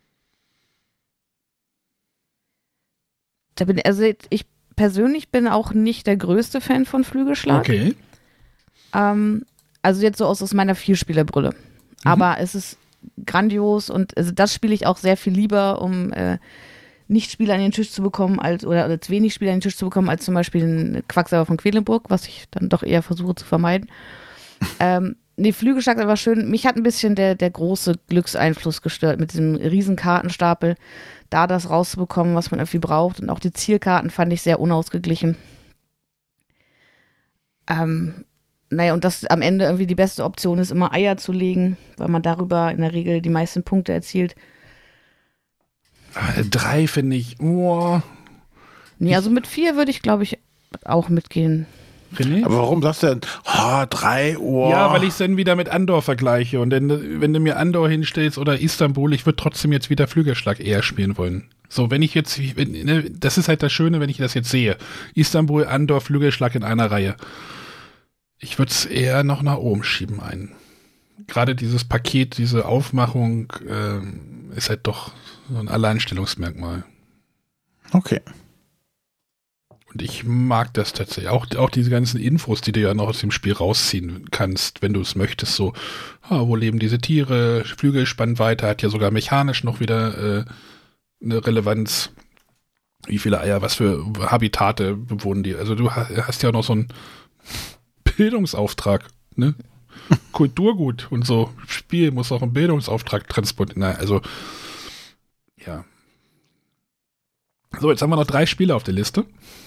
Da bin, also ich persönlich bin auch nicht der größte Fan von Flügelschlag. Okay. Ähm, also jetzt so aus, aus meiner Vierspielerbrille. Mhm. Aber es ist grandios und also das spiele ich auch sehr viel lieber, um äh, nicht Spieler an den Tisch zu bekommen, als oder, oder zu wenig Spieler an den Tisch zu bekommen, als zum Beispiel ein Quacksalber von Quedlinburg, was ich dann doch eher versuche zu vermeiden. ähm, nee, Flügelschlag war schön. Mich hat ein bisschen der, der große Glückseinfluss gestört mit diesem riesen Kartenstapel, da das rauszubekommen, was man irgendwie braucht. Und auch die Zielkarten fand ich sehr unausgeglichen. Ähm, naja, und dass am Ende irgendwie die beste Option ist, immer Eier zu legen, weil man darüber in der Regel die meisten Punkte erzielt. Drei finde ich, oh, Nee, also mit vier würde ich, glaube ich, auch mitgehen. René? Aber warum sagst du denn, oh, drei Uhr? Ja, weil ich es dann wieder mit Andor vergleiche. Und dann, wenn du mir Andor hinstellst oder Istanbul, ich würde trotzdem jetzt wieder Flügelschlag eher spielen wollen. So, wenn ich jetzt, wenn, ne, das ist halt das Schöne, wenn ich das jetzt sehe. Istanbul, Andor, Flügelschlag in einer Reihe. Ich würde es eher noch nach oben schieben ein. Gerade dieses Paket, diese Aufmachung ähm, ist halt doch so ein Alleinstellungsmerkmal. Okay. Und ich mag das tatsächlich. Auch, auch diese ganzen Infos, die du ja noch aus dem Spiel rausziehen kannst, wenn du es möchtest. So, ah, wo leben diese Tiere? Flügelspannweite hat ja sogar mechanisch noch wieder äh, eine Relevanz. Wie viele Eier, was für Habitate bewohnen die? Also du hast ja auch noch so einen Bildungsauftrag, ne? Kulturgut und so. Spiel muss auch einen Bildungsauftrag transportieren. Na, also, ja. So, jetzt haben wir noch drei Spiele auf der Liste.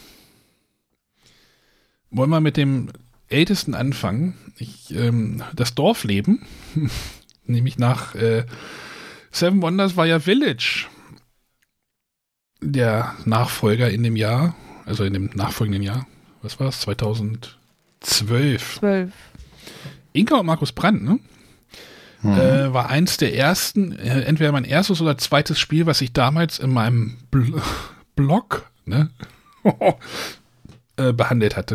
Wollen wir mit dem ältesten anfangen? Ich, ähm, das Dorfleben, nämlich nach äh, Seven Wonders war ja Village der Nachfolger in dem Jahr, also in dem nachfolgenden Jahr. Was war es? zweitausendzwölf. Zwölf. Inka und Markus Brandt, ne? Mhm. Äh, war eins der ersten, äh, entweder mein erstes oder zweites Spiel, was ich damals in meinem Bl- Blog ne? äh, behandelt hatte.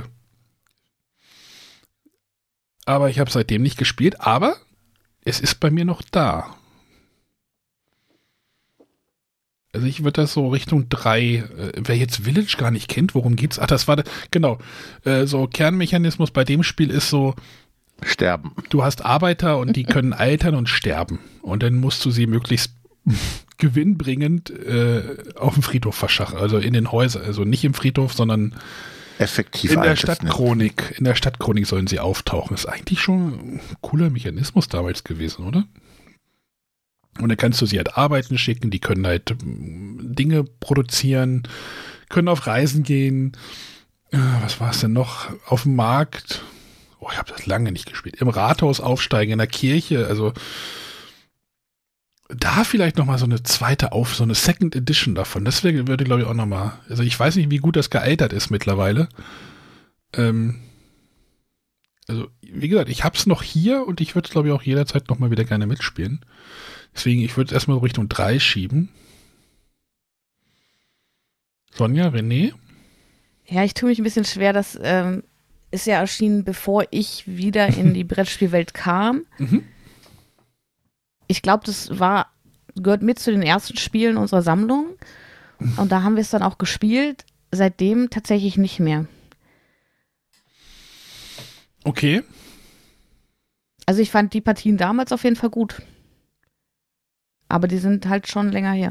Aber ich habe seitdem nicht gespielt, aber es ist bei mir noch da. Also ich würde das so Richtung drei, äh, wer jetzt Village gar nicht kennt, worum geht's? Ach, das war, genau, äh, so Kernmechanismus bei dem Spiel ist so, sterben. Du hast Arbeiter und die können altern und sterben. Und dann musst du sie möglichst gewinnbringend äh, auf dem Friedhof verschaffen, also in den Häusern, also nicht im Friedhof, sondern effektiv in der Stadtchronik. In der Stadtchronik sollen sie auftauchen. Ist eigentlich schon ein cooler Mechanismus damals gewesen, oder? Und dann kannst du sie halt arbeiten schicken, die können halt Dinge produzieren, können auf Reisen gehen. Äh, was war es denn noch? Auf dem Markt. Oh, ich habe das lange nicht gespielt. Im Rathaus aufsteigen, in der Kirche. Also da vielleicht noch mal so eine zweite auf, so eine Second Edition davon. Das wär, würde, glaube ich, auch noch mal. Also ich weiß nicht, wie gut das gealtert ist mittlerweile. Ähm, also wie gesagt, ich habe es noch hier und ich würde es, glaube ich, auch jederzeit noch mal wieder gerne mitspielen. Deswegen, ich würde es erstmal so Richtung drei schieben. Sonja, René? Ja, ich tue mich ein bisschen schwer, das ähm, ist ja erschienen, bevor ich wieder in die Brettspielwelt kam. Mhm. Ich glaube, das war, gehört mit zu den ersten Spielen unserer Sammlung. Und da haben wir es dann auch gespielt. Seitdem tatsächlich nicht mehr. Okay. Also ich fand die Partien damals auf jeden Fall gut. Aber die sind halt schon länger her.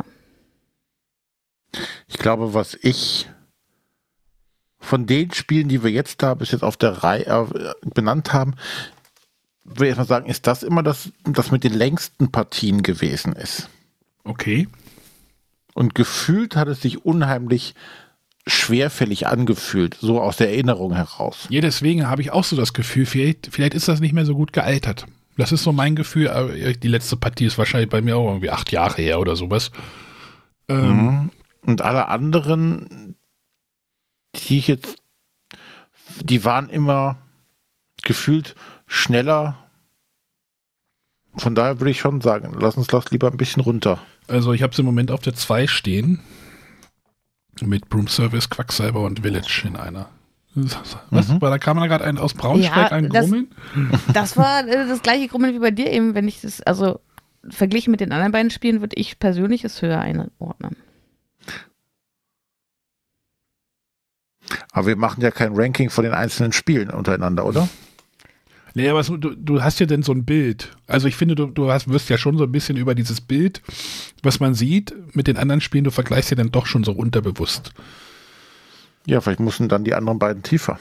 Ich glaube, was ich von den Spielen, die wir jetzt da bis jetzt auf der Reihe äh, benannt haben, würde ich erstmal sagen, ist das immer das, das mit den längsten Partien gewesen ist. Okay. Und gefühlt hat es sich unheimlich schwerfällig angefühlt, so aus der Erinnerung heraus. Ja, deswegen habe ich auch so das Gefühl, vielleicht, vielleicht ist das nicht mehr so gut gealtert. Das ist so mein Gefühl, aber die letzte Partie ist wahrscheinlich bei mir auch irgendwie acht Jahre her oder sowas. Ähm, mhm. Und alle anderen, die ich jetzt, die waren immer gefühlt schneller. Von daher würde ich schon sagen, lass uns das lieber ein bisschen runter. Also ich habe es im Moment auf der zwei stehen. Mit Broom Service, Quacksalber und Village in einer. Was? Mhm. Weil da kam da gerade ein aus Braunschweig, ja, ein das, Grummeln? Das war äh, das gleiche Grummeln wie bei dir eben, wenn ich das, also verglichen mit den anderen beiden Spielen, würde ich persönlich es höher einordnen. Aber wir machen ja kein Ranking von den einzelnen Spielen untereinander, oder? Nee, aber so, du, du hast ja denn so ein Bild. Also ich finde, du, du hast, wirst ja schon so ein bisschen über dieses Bild, was man sieht, mit den anderen Spielen, du vergleichst ja dann doch schon so unterbewusst. Ja, vielleicht müssen dann die anderen beiden tiefer.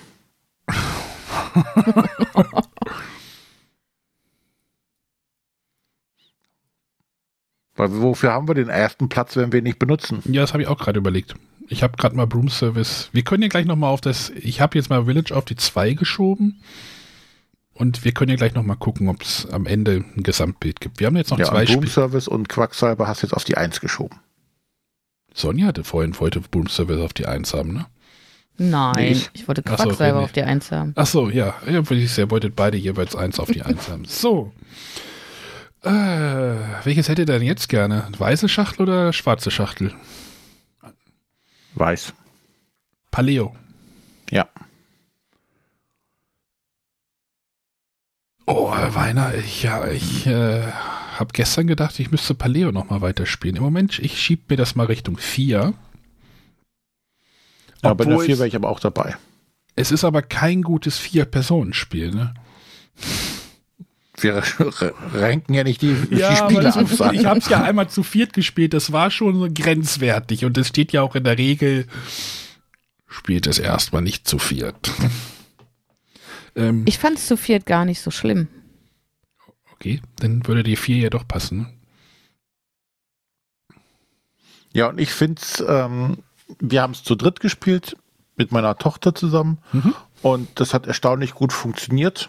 Weil wofür haben wir den ersten Platz, wenn wir ihn nicht benutzen? Ja, das habe ich auch gerade überlegt. Ich habe gerade mal Broom Service. Wir können ja gleich nochmal auf das, ich habe jetzt mal Village auf die zwei geschoben. Und wir können ja gleich nochmal gucken, ob es am Ende ein Gesamtbild gibt. Wir haben jetzt noch ja, zwei Spiele. Broom Service und Quacksalber hast du jetzt auf die eins geschoben. Sonja hatte vorhin, wollte Boom Service auf die eins haben, ne? Nein, Ich? ich wollte Ach so, Quacksalber René. auf die eins haben. Ach so, ja. Ja, würde ich sehr, wolltet beide jeweils eins auf die eins haben. So. Äh, welches hättet ihr denn jetzt gerne? Weiße Schachtel oder schwarze Schachtel? Weiß. Paleo. Ja. Oh, Weiner, ich, ja, ich äh, habe gestern gedacht, ich müsste Paleo nochmal weiterspielen. Im Moment, ich schiebe mir das mal Richtung vier. Ja, bei der Obwohl vier es- wäre ich aber auch dabei. Es ist aber kein gutes Vier-Personen-Spiel, ne? Wir ranken ja nicht die, die aber Spiele das- ab. sagen. ich habe es ja einmal zu viert gespielt, das war schon so grenzwertig und es steht ja auch in der Regel, spielt es erstmal nicht zu viert. ähm, Ich fand es zu viert gar nicht so schlimm. okay, dann würde die vier ja doch passen. Ne? Ja, und ich finde es, ähm, wir haben es zu dritt gespielt, mit meiner Tochter zusammen. Mhm. Und das hat erstaunlich gut funktioniert.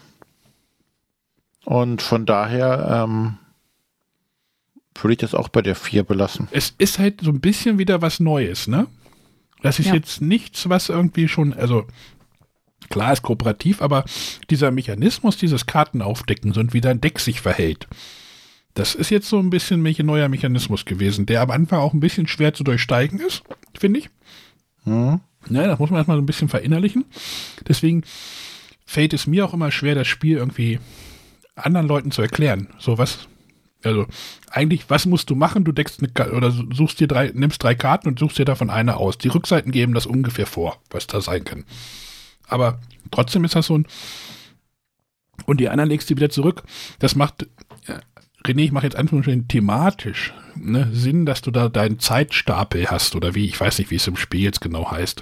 Und von daher ähm, würde ich das auch bei der vier belassen. Es ist halt so ein bisschen wieder was Neues, ne? Das ist Ja. jetzt nichts, was irgendwie schon, also klar ist kooperativ, aber dieser Mechanismus, dieses Kartenaufdecken und wie dein Deck sich verhält, das ist jetzt so ein bisschen ein neuer Mechanismus gewesen, der am Anfang auch ein bisschen schwer zu durchsteigen ist, finde ich. Hm? Ne, das muss man erstmal so ein bisschen verinnerlichen. Deswegen fällt es mir auch immer schwer, das Spiel irgendwie anderen Leuten zu erklären. So was, also eigentlich, was musst du machen? Du deckst eine Ka- oder suchst dir drei, nimmst drei Karten und suchst dir davon eine aus. Die Rückseiten geben das ungefähr vor, was da sein kann. Aber trotzdem ist das so ein und die anderen legst du wieder zurück. Das macht, ja, René, ich mache jetzt Anführungsstrichen thematisch ne, Sinn, dass du da deinen Zeitstapel hast oder wie, ich weiß nicht, wie es im Spiel jetzt genau heißt.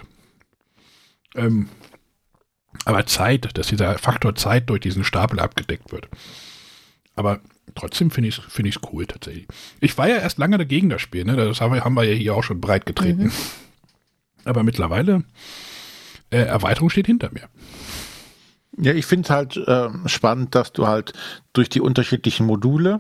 Ähm, aber Zeit, dass dieser Faktor Zeit durch diesen Stapel abgedeckt wird. Aber trotzdem finde ich es find ich's cool tatsächlich. Ich war ja erst lange dagegen, das Spiel, ne? Das haben wir, haben wir ja hier auch schon breit getreten. Mhm. Aber mittlerweile, äh, Erweiterung steht hinter mir. Ja, ich finde es halt ähm, spannend, dass du halt durch die unterschiedlichen Module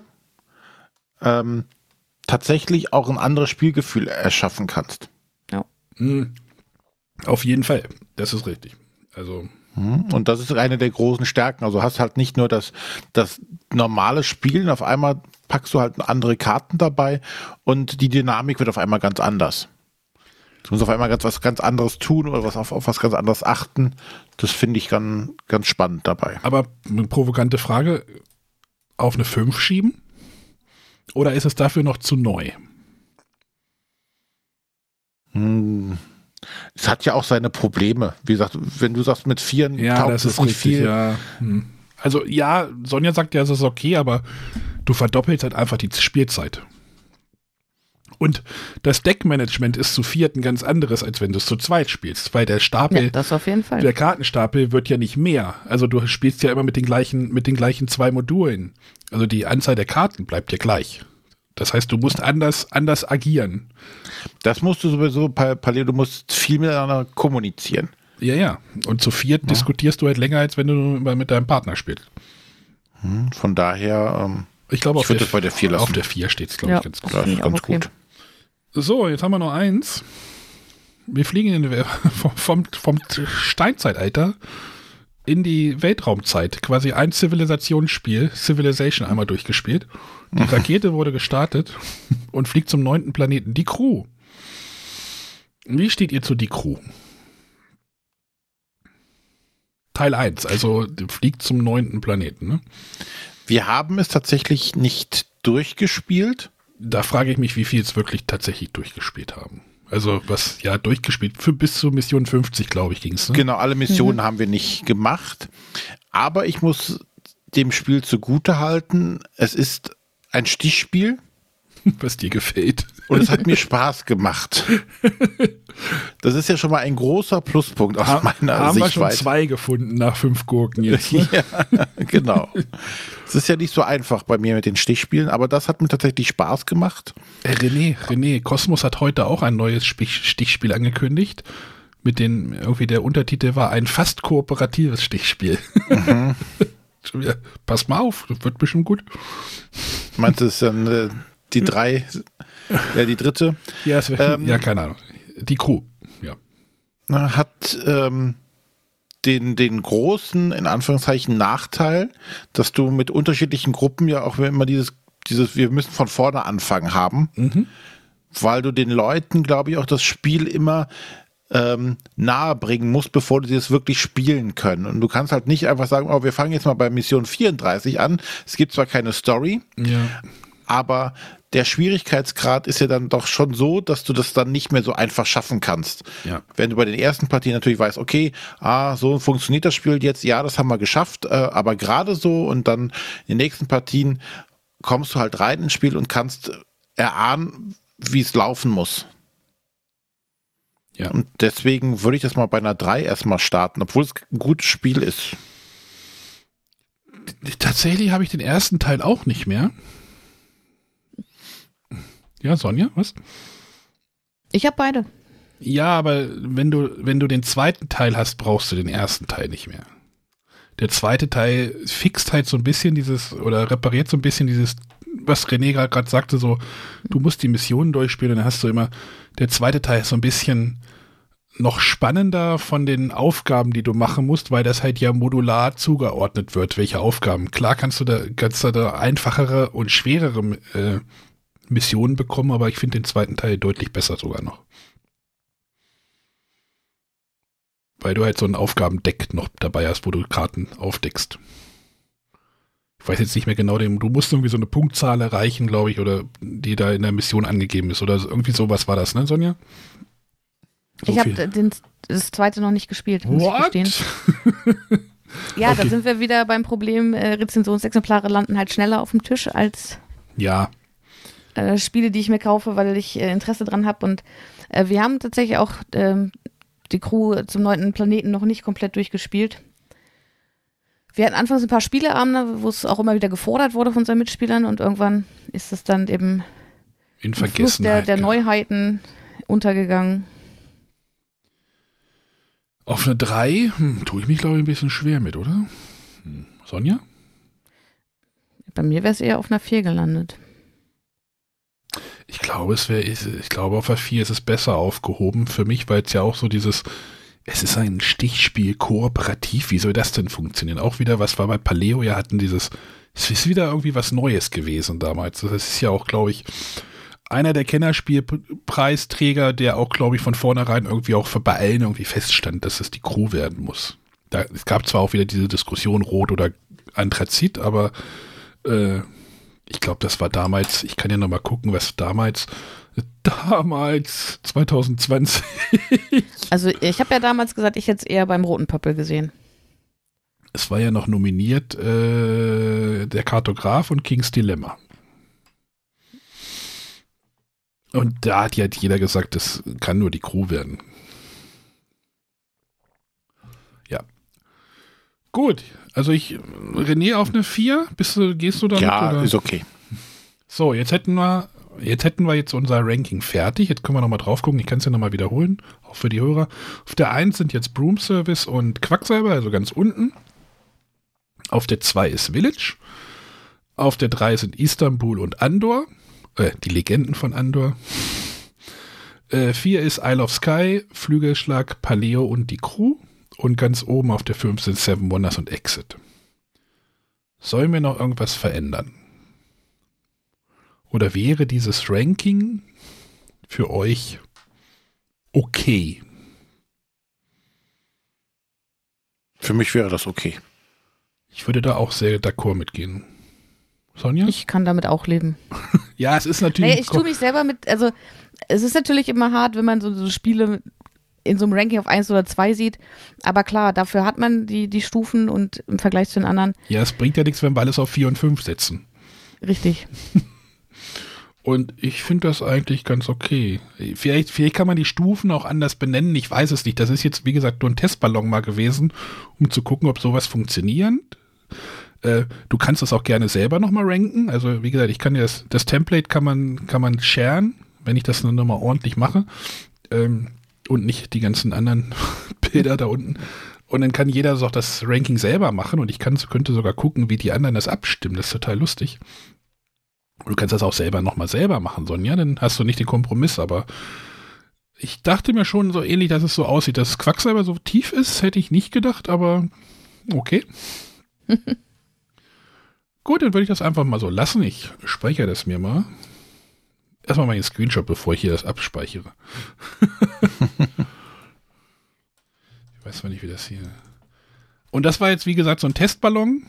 ähm, tatsächlich auch ein anderes Spielgefühl erschaffen kannst. Mhm. Auf jeden Fall, das ist richtig. Also, Mhm. Und das ist eine der großen Stärken. Also hast halt nicht nur das, das normale Spielen, auf einmal packst du halt andere Karten dabei und die Dynamik wird auf einmal ganz anders. Du musst auf einmal ganz was ganz anderes tun oder was auf, auf was ganz anderes achten. Das finde ich ganz, ganz spannend dabei. aber eine provokante Frage, auf eine fünf schieben? Oder ist es dafür noch zu neu? Hm. Es hat ja auch seine Probleme. Wie gesagt, wenn du sagst, mit Vieren taugt es nicht viel. ja. Hm. Also ja, Sonja sagt ja, es ist okay, aber du verdoppelst halt einfach die Spielzeit. Und das Deckmanagement ist zu viert ein ganz anderes, als wenn du es zu zweit spielst, weil der Stapel, Ja, das auf jeden Fall. der Kartenstapel wird ja nicht mehr. Also du spielst ja immer mit den gleichen, mit den gleichen zwei Modulen. Also die Anzahl der Karten bleibt ja gleich. Das heißt, du musst anders, anders agieren. Das musst du sowieso, Pa- Paleo, du musst viel miteinander kommunizieren. Ja, ja. Und zu viert diskutierst du halt länger, als wenn du nur mit deinem Partner spielst. Hm, Von daher, ähm, Ich glaube, Ich auf, würde der- das bei der vier lassen. auf der vier steht es, glaube Ja. ich, ganz gut. das Finde ist ich ganz auch okay. gut. So, jetzt haben wir noch eins. Wir fliegen in die, vom, vom Steinzeitalter in die Weltraumzeit. Quasi ein Zivilisationsspiel, Civilization einmal durchgespielt. Die Rakete wurde gestartet und fliegt zum neunten Planeten. Die Crew. Wie steht ihr zu Die Crew? Teil eins, also die fliegt zum neunten Planeten. Ne? Wir haben es tatsächlich nicht durchgespielt. Da frage ich mich, wie viel es wirklich tatsächlich durchgespielt haben. Also was, ja, durchgespielt. Für bis zur Mission fünfzig, glaube ich, ging es. Ne? Genau, alle Missionen haben wir nicht gemacht. Aber ich muss dem Spiel zugute halten, es ist ein Stichspiel Was dir gefällt. und es hat mir Spaß gemacht. Das ist ja schon mal ein großer Pluspunkt aus meiner haben wir schon Sichtweise. zwei gefunden nach fünf Gurken jetzt. Ne? Ja, genau. Es ist ja nicht so einfach bei mir mit den Stichspielen, aber das hat mir tatsächlich Spaß gemacht. Äh, René, René, Cosmos hat heute auch ein neues Sp- Stichspiel angekündigt. Mit den, irgendwie der Untertitel war ein fast kooperatives Stichspiel. Mhm. Schon wieder, pass mal auf, das wird bestimmt gut. Meinst du, es ist dann äh, die drei ja, die dritte. Ja, es wär, ähm, ja, keine Ahnung. Die Crew, ja. Hat ähm, den, den großen, in Anführungszeichen, Nachteil, dass du mit unterschiedlichen Gruppen ja auch immer dieses, dieses wir müssen von vorne anfangen haben, Mhm. weil du den Leuten, glaube ich, auch das Spiel immer ähm, nahe bringen musst, bevor die das wirklich spielen können. Und du kannst halt nicht einfach sagen, oh, wir fangen jetzt mal bei Mission vierunddreißig an. Es gibt zwar keine Story, Ja. aber der Schwierigkeitsgrad ist ja dann doch schon so, dass du das dann nicht mehr so einfach schaffen kannst. Ja. Wenn du bei den ersten Partien natürlich weißt, okay, ah, so funktioniert das Spiel jetzt, ja, das haben wir geschafft, äh, aber gerade so und dann in den nächsten Partien kommst du halt rein ins Spiel und kannst erahnen, wie es laufen muss. Ja. Und deswegen würde ich das mal bei einer drei erstmal starten, obwohl es ein gutes Spiel ist. Tatsächlich habe ich den ersten Teil auch nicht mehr. Ja, Sonja, was? Ich habe beide. Ja, aber wenn du, wenn du den zweiten Teil hast, brauchst du den ersten Teil nicht mehr. Der zweite Teil fixt halt so ein bisschen dieses, oder repariert so ein bisschen dieses, was René gerade sagte, so, du musst die Missionen durchspielen und dann hast du immer, der zweite Teil ist so ein bisschen noch spannender von den Aufgaben, die du machen musst, weil das halt ja modular zugeordnet wird, welche Aufgaben. Klar kannst du da, kannst du da einfachere und schwerere äh, Missionen bekommen, aber ich finde den zweiten Teil deutlich besser sogar noch. Weil du halt so ein Aufgabendeck noch dabei hast, wo du Karten aufdeckst. Ich weiß jetzt nicht mehr genau, du musst irgendwie so eine Punktzahl erreichen, glaube ich, oder die da in der Mission angegeben ist. Oder irgendwie sowas war das, ne, Sonja? So ich habe das zweite noch nicht gespielt, muss What? ich gestehen. Ja, Okay. da sind wir wieder beim Problem, äh, Rezensionsexemplare landen halt schneller auf dem Tisch als Ja, äh, Spiele, die ich mir kaufe, weil ich äh, Interesse dran habe. Und äh, wir haben tatsächlich auch ähm, die Crew zum neunten Planeten noch nicht komplett durchgespielt. Wir hatten anfangs ein paar Spieleabende, wo es auch immer wieder gefordert wurde von unseren Mitspielern und irgendwann ist es dann eben in im Fluss der, Vergessenheit. der ja. Neuheiten untergegangen. Auf eine drei hm, tue ich mich, glaube ich, ein bisschen schwer mit, oder? Hm. Sonja? Bei mir wäre es eher auf einer vier gelandet. Ich glaube, es wäre, ich glaube, auf der vier ist es besser aufgehoben für mich, weil es ja auch so dieses, es ist ein Stichspiel kooperativ, wie soll das denn funktionieren? Auch wieder, was wir bei Paleo ja hatten, dieses, es ist wieder irgendwie was Neues gewesen damals. Das ist ja auch, glaube ich, einer der Kennerspielpreisträger, der auch, glaube ich, von vornherein irgendwie auch für bei allen irgendwie feststand, dass es die Crew werden muss. Da, es gab zwar auch wieder diese Diskussion Rot oder Anthrazit, aber äh, ich glaube, das war damals, ich kann ja noch mal gucken, was damals, damals, zwanzig zwanzig. Also ich habe ja damals gesagt, ich hätte es eher beim Roten Pöppel gesehen. Es war ja noch nominiert äh, der Kartograf und King's Dilemma. Und da hat ja jeder gesagt, das kann nur die Crew werden. Ja. Gut, also ich, René auf eine vier, bist du, gehst du damit? Ja, oder? ist okay. So, jetzt hätten wir, jetzt hätten wir jetzt unser Ranking fertig. Jetzt können wir nochmal drauf gucken. Ich kann es ja nochmal wiederholen, auch für die Hörer. Auf der eins sind jetzt Broom Service und Quacksalber, also ganz unten. Auf der zwei ist Village. Auf der drei sind Istanbul und Andor. Äh, die Legenden von Andor. Äh, vier ist Isle of Skye, Flügelschlag, Paleo und die Crew. Und ganz oben auf der fünf sind Seven Wonders und Exit. Sollen wir noch irgendwas verändern? Oder wäre dieses Ranking für euch okay? Für mich wäre das okay. Ich würde da auch sehr d'accord mitgehen. Sonja? Ich kann damit auch leben. Ja, es ist natürlich... Naja, ich tue mich selber mit, also es ist natürlich immer hart, wenn man so, so Spiele in so einem Ranking auf eins oder zwei sieht, aber klar, dafür hat man die, die Stufen und im Vergleich zu den anderen, Ja, es bringt ja nichts, wenn wir alles auf vier und fünf setzen. richtig. Und ich finde das eigentlich ganz okay. Vielleicht, vielleicht kann man die Stufen auch anders benennen, ich weiß es nicht. Das ist jetzt, wie gesagt, nur ein Testballon mal gewesen, um zu gucken, ob sowas funktioniert. Äh, du kannst das auch gerne selber nochmal ranken. Also wie gesagt, ich kann ja das, das Template kann man, kann man sharen, wenn ich das dann nochmal ordentlich mache. Ähm, und nicht die ganzen anderen Bilder da unten. Und dann kann jeder so auch das Ranking selber machen und ich kann, könnte sogar gucken, wie die anderen das abstimmen. Das ist total lustig. Du kannst das auch selber nochmal selber machen, Sonja, dann hast du nicht den Kompromiss, aber ich dachte mir schon so ähnlich, dass es so aussieht, dass Quacksalber so tief ist, hätte ich nicht gedacht, aber okay. Gut, dann würde ich das einfach mal so lassen. Ich speichere das mir mal. Erstmal mal den Screenshot, bevor ich hier das abspeichere. Ich weiß zwar nicht, wie das hier... Und das war jetzt, wie gesagt, so ein Testballon.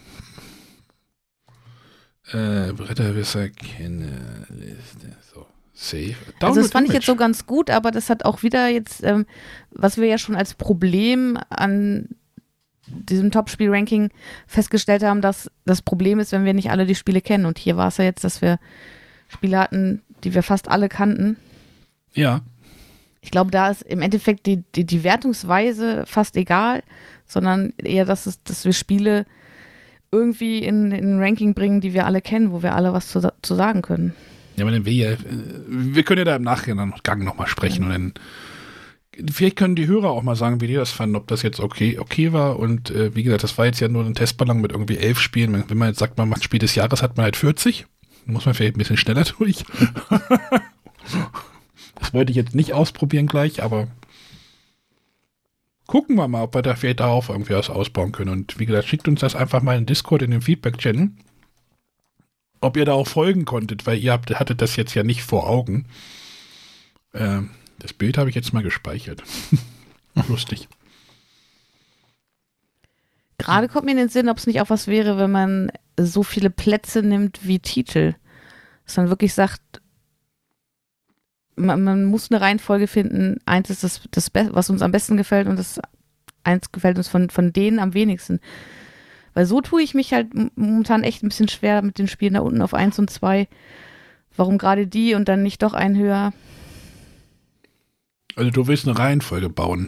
Äh, Bretterwisser, Kenne, Liste, so, Save. Download also das fand Image. ich jetzt so ganz gut, aber das hat auch wieder jetzt, ähm, was wir ja schon als Problem an diesem Top-Spiel-Ranking festgestellt haben, dass das Problem ist, wenn wir nicht alle die Spiele kennen. Und hier war es ja jetzt, dass wir Spiele hatten, die wir fast alle kannten. Ja. Ich glaube, da ist im Endeffekt die, die, die Wertungsweise fast egal, sondern eher, dass, es, dass wir Spiele irgendwie in, in ein Ranking bringen, die wir alle kennen, wo wir alle was zu, zu sagen können. Ja, aber dann wir, ja, wir können ja da im Nachgang nochmal sprechen mhm. und dann vielleicht können die Hörer auch mal sagen, wie die das fanden, ob das jetzt okay, okay war und äh, wie gesagt, das war jetzt ja nur ein Testballon mit irgendwie elf Spielen. Wenn man jetzt sagt, man macht Spiel des Jahres, hat man halt vierzig. Muss man vielleicht ein bisschen schneller durch. Das wollte ich jetzt nicht ausprobieren gleich, aber gucken wir mal, ob wir da vielleicht darauf irgendwie was ausbauen können. Und wie gesagt, schickt uns das einfach mal in Discord in den Feedback-Channel, ob ihr da auch folgen konntet, weil ihr habt, hattet das jetzt ja nicht vor Augen. Ähm, das Bild habe ich jetzt mal gespeichert. Lustig. Gerade kommt mir in den Sinn, ob es nicht auch was wäre, wenn man so viele Plätze nimmt wie Titel. Dass man wirklich sagt, man, man muss eine Reihenfolge finden. Eins ist das, das Be- was uns am besten gefällt und das eins gefällt uns von, von denen am wenigsten. Weil so tue ich mich halt momentan echt ein bisschen schwer mit den Spielen da unten auf eins und zwei. Warum gerade die und dann nicht doch einen höher? Also du willst eine Reihenfolge bauen.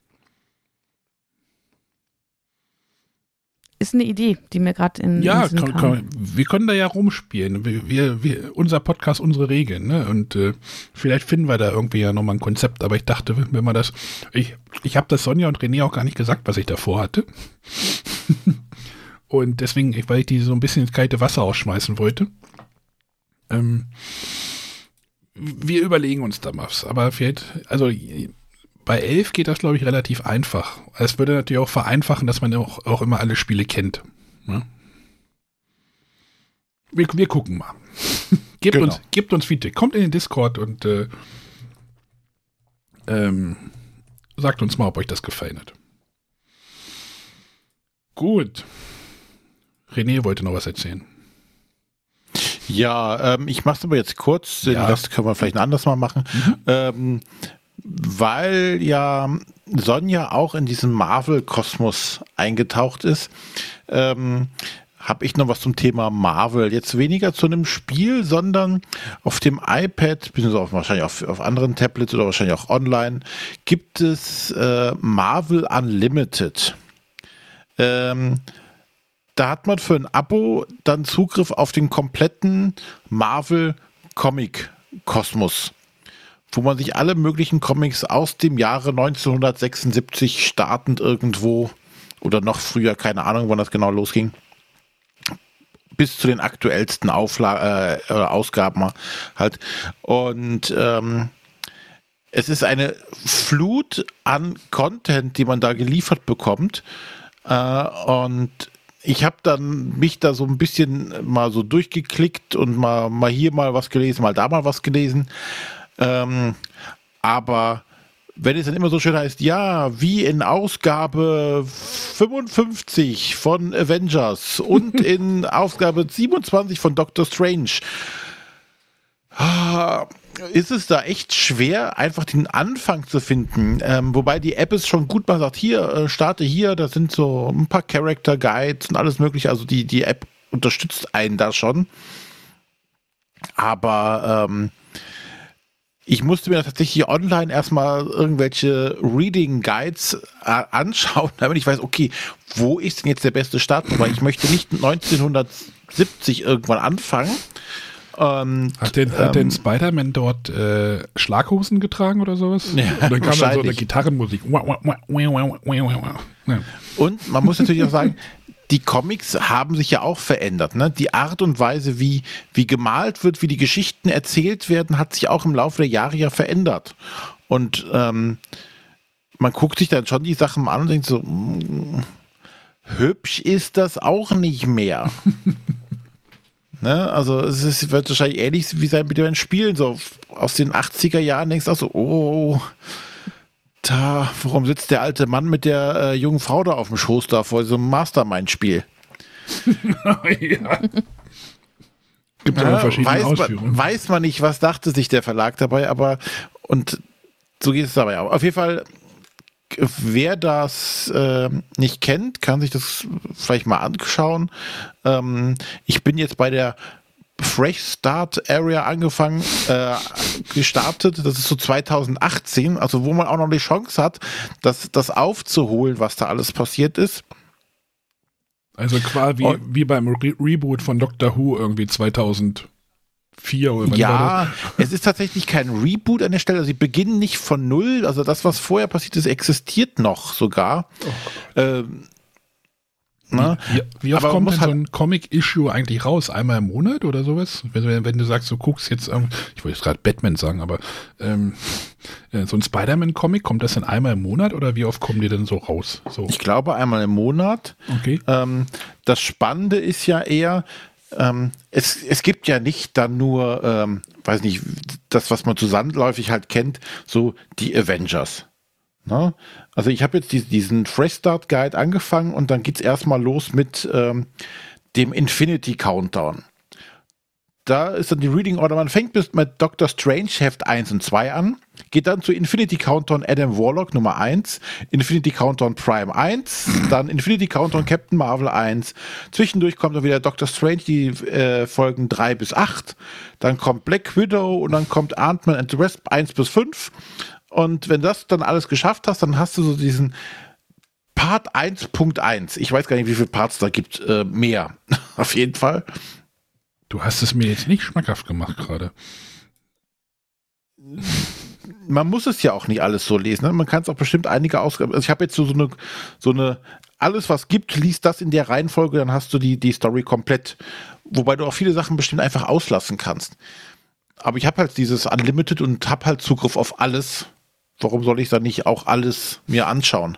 Ist eine Idee, die mir gerade in Ja, in den Sinn kann, kam. kann, wir können da ja rumspielen. Wir, wir, wir, unser Podcast, unsere Regeln. Ne? Und äh, vielleicht finden wir da irgendwie ja nochmal ein Konzept. Aber ich dachte, wenn man das... Ich, ich habe das Sonja und René auch gar nicht gesagt, was ich davor hatte. Und deswegen, weil ich die so ein bisschen ins kalte Wasser ausschmeißen wollte. Ähm, wir überlegen uns da was. Aber vielleicht... Also... Bei elf geht das, glaube ich, relativ einfach. Es würde natürlich auch vereinfachen, dass man auch, auch immer alle Spiele kennt. Ne? Wir, wir gucken mal. gebt, Genau. uns, gebt uns Feedback. Kommt in den Discord und äh, ähm, sagt uns mal, ob euch das gefallen hat. Gut. René wollte noch was erzählen. Ja, ähm, ich mache es aber jetzt kurz. Den Ja. Rest können wir vielleicht ein anderes Mal machen. Mhm. Ähm, weil ja Sonja auch in diesen Marvel-Kosmos eingetaucht ist, ähm, habe ich noch was zum Thema Marvel. Jetzt weniger zu einem Spiel, sondern auf dem iPad, beziehungsweise auch wahrscheinlich auf, auf anderen Tablets oder wahrscheinlich auch online, gibt es äh, Marvel Unlimited. Ähm, da hat man für ein Abo dann Zugriff auf den kompletten Marvel-Comic-Kosmos, wo man sich alle möglichen Comics aus dem Jahre neunzehnhundertsechsundsiebzig startend irgendwo oder noch früher, keine Ahnung, wann das genau losging, bis zu den aktuellsten Aufla- äh, Ausgaben halt. Und ähm, es ist eine Flut an Content, die man da geliefert bekommt. Äh, und ich habe dann mich da so ein bisschen mal so durchgeklickt und mal, mal hier mal was gelesen, mal da mal was gelesen. Ähm, aber wenn es dann immer so schön heißt, ja, wie in Ausgabe fünfundfünfzig von Avengers und in Ausgabe siebenundzwanzig von Doctor Strange, ist es da echt schwer, einfach den Anfang zu finden. Ähm, wobei die App ist schon gut, man sagt, hier, äh, starte hier, da sind so ein paar Character Guides und alles mögliche, also die, die App unterstützt einen da schon. Aber ähm, ich musste mir tatsächlich online erstmal irgendwelche Reading Guides äh, anschauen, damit ich weiß, okay, wo ist denn jetzt der beste Start? Weil ich möchte nicht neunzehnhundertsiebzig irgendwann anfangen. Und, Hat denn, ähm, hat denn Spider-Man dort äh, Schlaghosen getragen oder sowas? Ja, und dann kam dann so eine wahrscheinlich. Gitarrenmusik. Ja. Und man muss natürlich auch sagen, die Comics haben sich ja auch verändert. Ne? Die Art und Weise, wie, wie gemalt wird, wie die Geschichten erzählt werden, hat sich auch im Laufe der Jahre ja verändert. Und ähm, man guckt sich dann schon die Sachen an und denkt so, mh, hübsch ist das auch nicht mehr. Ne? Also es ist, wird wahrscheinlich ähnlich wie sein mit den Spielen. So aus den achtziger Jahren denkst du auch so, oh, da, warum sitzt der alte Mann mit der äh, jungen Frau da auf dem Schoß da vor so einem Mastermind-Spiel? Ja. Gibt ja, ja verschiedene weiß Ausführungen. Man, weiß man nicht, was dachte sich der Verlag dabei, aber und so geht es dabei auch. Auf jeden Fall, wer das äh, nicht kennt, kann sich das vielleicht mal anschauen. Ähm, ich bin jetzt bei der Fresh Start Area angefangen, äh, gestartet. Das ist so zwanzig achtzehn, also wo man auch noch die Chance hat, das, das aufzuholen, was da alles passiert ist. Also quasi wie, wie beim Re- Reboot von Doctor Who irgendwie zweitausendvier oder wann ja, war es ist tatsächlich kein Reboot an der Stelle. Also sie beginnen nicht von null. Also das, was vorher passiert ist, existiert noch sogar. Oh ähm, Na? Wie, wie oft Aber kommt denn halt so ein Comic-Issue eigentlich raus? Einmal im Monat oder sowas? Wenn, wenn du sagst, du guckst jetzt, ähm, ich wollte jetzt gerade Batman sagen, aber ähm, äh, so ein Spider-Man-Comic, kommt das denn einmal im Monat oder wie oft kommen die denn so raus? So. Ich glaube einmal im Monat. Okay. Ähm, das Spannende ist ja eher, ähm, es, es gibt ja nicht dann nur, ähm, weiß nicht, das, was man zusammenläufig halt kennt, so die Avengers. Ne? Also ich habe jetzt die, diesen Fresh Start Guide angefangen und dann geht's erstmal los mit ähm, dem Infinity Countdown. Da ist dann die Reading Order, man fängt bis mit Doctor Strange Heft eins und zwei an, geht dann zu Infinity Countdown Adam Warlock Nummer eins, Infinity Countdown Prime eins, dann Infinity Countdown Captain Marvel eins, zwischendurch kommt dann wieder Doctor Strange, die äh, Folgen drei bis acht, dann kommt Black Widow und dann kommt Ant-Man and the Wasp eins bis fünf. Und wenn das dann alles geschafft hast, dann hast du so diesen Part eins Punkt eins. Ich weiß gar nicht, wie viele Parts da gibt. Äh, mehr. Auf jeden Fall. Du hast es mir jetzt nicht schmackhaft gemacht gerade. Man muss es ja auch nicht alles so lesen. Ne? Man kann es auch bestimmt einige Ausgaben. Also ich habe jetzt so, so eine, so eine, alles was gibt, liest das in der Reihenfolge, dann hast du die, die Story komplett. Wobei du auch viele Sachen bestimmt einfach auslassen kannst. Aber ich habe halt dieses Unlimited und habe halt Zugriff auf alles. Warum soll ich dann nicht auch alles mir anschauen?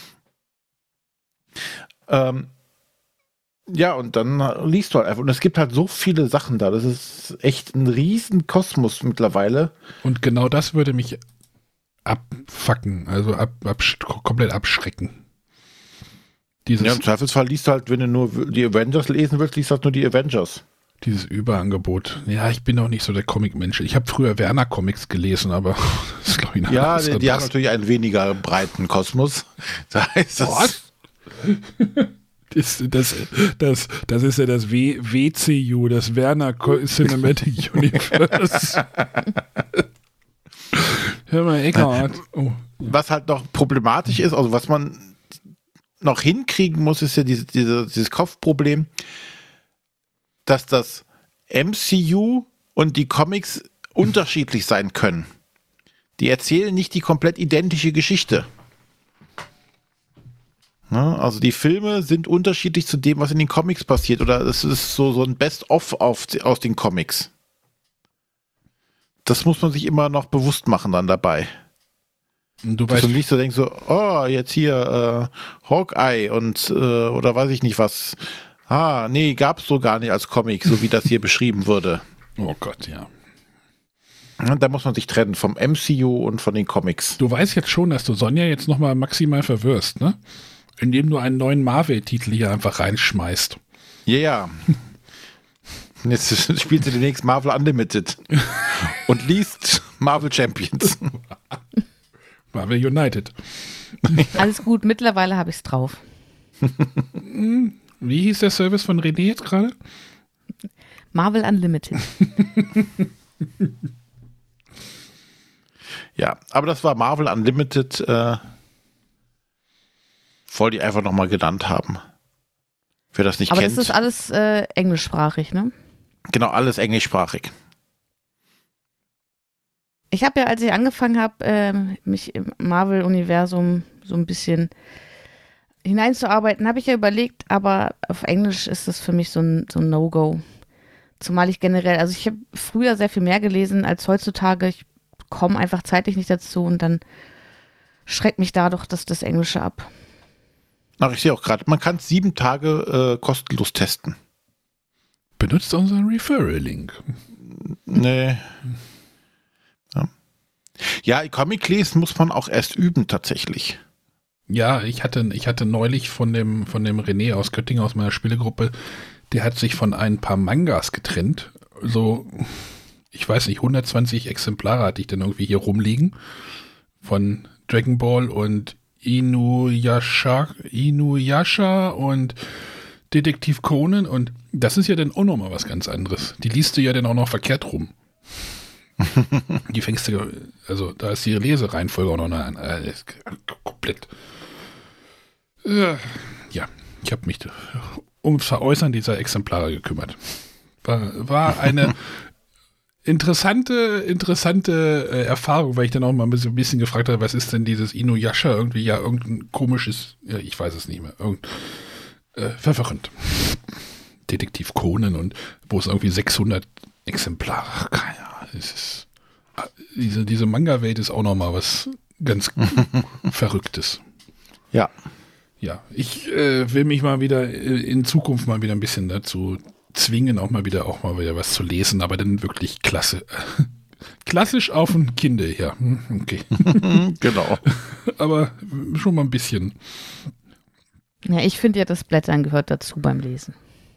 Ähm, ja, und dann liest du halt einfach. Und es gibt halt so viele Sachen da. Das ist echt ein riesen Kosmos mittlerweile. Und genau das würde mich abfacken, also ab, ab, komplett abschrecken. Dieses, ja, im Zweifelsfall liest du halt, wenn du nur die Avengers lesen willst, liest du halt nur die Avengers. Dieses Überangebot. Ja, ich bin auch nicht so der Comic-Mensch. Ich habe früher Werner-Comics gelesen, aber das ist, glaube ich, eine Ja, die, die haben natürlich einen weniger breiten Kosmos. Da heißt das. Was? Das, das, das, das ist ja das w- WCU, das Werner Cinematic Universe. Hör mal, Eckhardt. Oh. Was halt noch problematisch ist, also was man noch hinkriegen muss, ist ja diese, diese, dieses Kopfproblem, dass das M C U und die Comics unterschiedlich sein können. Die erzählen nicht die komplett identische Geschichte. Ne? Also die Filme sind unterschiedlich zu dem, was in den Comics passiert. Oder es ist so, so ein Best-of aus den Comics. Das muss man sich immer noch bewusst machen dann dabei. Und du Dass weißt du nicht so denkst, so, oh, jetzt hier äh, Hawkeye und äh, oder weiß ich nicht was. Ah, nee, gab's so gar nicht als Comic, so wie das hier beschrieben wurde. Oh Gott, ja. Da muss man sich trennen vom M C U und von den Comics. Du weißt jetzt schon, dass du Sonja jetzt nochmal maximal verwirrst, ne? Indem du einen neuen Marvel-Titel hier einfach reinschmeißt. Ja, yeah, ja. Jetzt spielt sie demnächst Marvel Unlimited und liest Marvel Champions. Marvel United. Alles gut, mittlerweile habe ich es drauf. Wie hieß der Service von René jetzt gerade? Marvel Unlimited. Ja, aber das war Marvel Unlimited, äh, wollte ich einfach nochmal genannt haben. Wer das nicht Aber kennt. das ist alles äh, englischsprachig, ne? Genau, alles englischsprachig. Ich habe ja, als ich angefangen habe, äh, mich im Marvel-Universum so ein bisschen hineinzuarbeiten, habe ich ja überlegt, aber auf Englisch ist das für mich so ein, so ein No-Go. Zumal ich generell, also ich habe früher sehr viel mehr gelesen als heutzutage. Ich komme einfach zeitlich nicht dazu und dann schreckt mich da doch das, das Englische ab. Ach, ich sehe auch gerade, man kann sieben Tage äh, kostenlos testen. Benutzt unseren Referral-Link. Nee. Ja, ja, Comic lesen muss man auch erst üben tatsächlich. Ja, ich hatte, ich hatte neulich von dem, von dem René aus Göttingen, aus meiner Spielegruppe, der hat sich von ein paar Mangas getrennt. So, ich weiß nicht, hundertzwanzig Exemplare hatte ich dann irgendwie hier rumliegen. Von Dragon Ball und Inuyasha, Inuyasha und Detektiv Conan. Und das ist ja dann auch nochmal was ganz anderes. Die liest du ja dann auch noch verkehrt rum. Die fängst du, also da ist die Lesereihenfolge auch noch eine, äh, komplett. Äh, ja, ich habe mich ums Veräußern dieser Exemplare gekümmert. War, war eine interessante, interessante äh, Erfahrung, weil ich dann auch mal ein bisschen, ein bisschen gefragt habe, was ist denn dieses Inuyasha? Irgendwie ja irgendein komisches, ja, ich weiß es nicht mehr, irgend, äh, verwirrend. Detektiv Conan und wo es irgendwie sechshundert Exemplare, keine Ahnung, es ist, diese, diese Manga-Welt ist auch nochmal was ganz Verrücktes. Ja. Ja, ich äh, will mich mal wieder äh, in Zukunft mal wieder ein bisschen dazu zwingen, auch mal wieder auch mal wieder was zu lesen, aber dann wirklich klasse. Klassisch auf ein Kinde, ja. Okay. Genau. Aber schon mal ein bisschen. Ja, ich finde ja, das Blättern gehört dazu beim Lesen.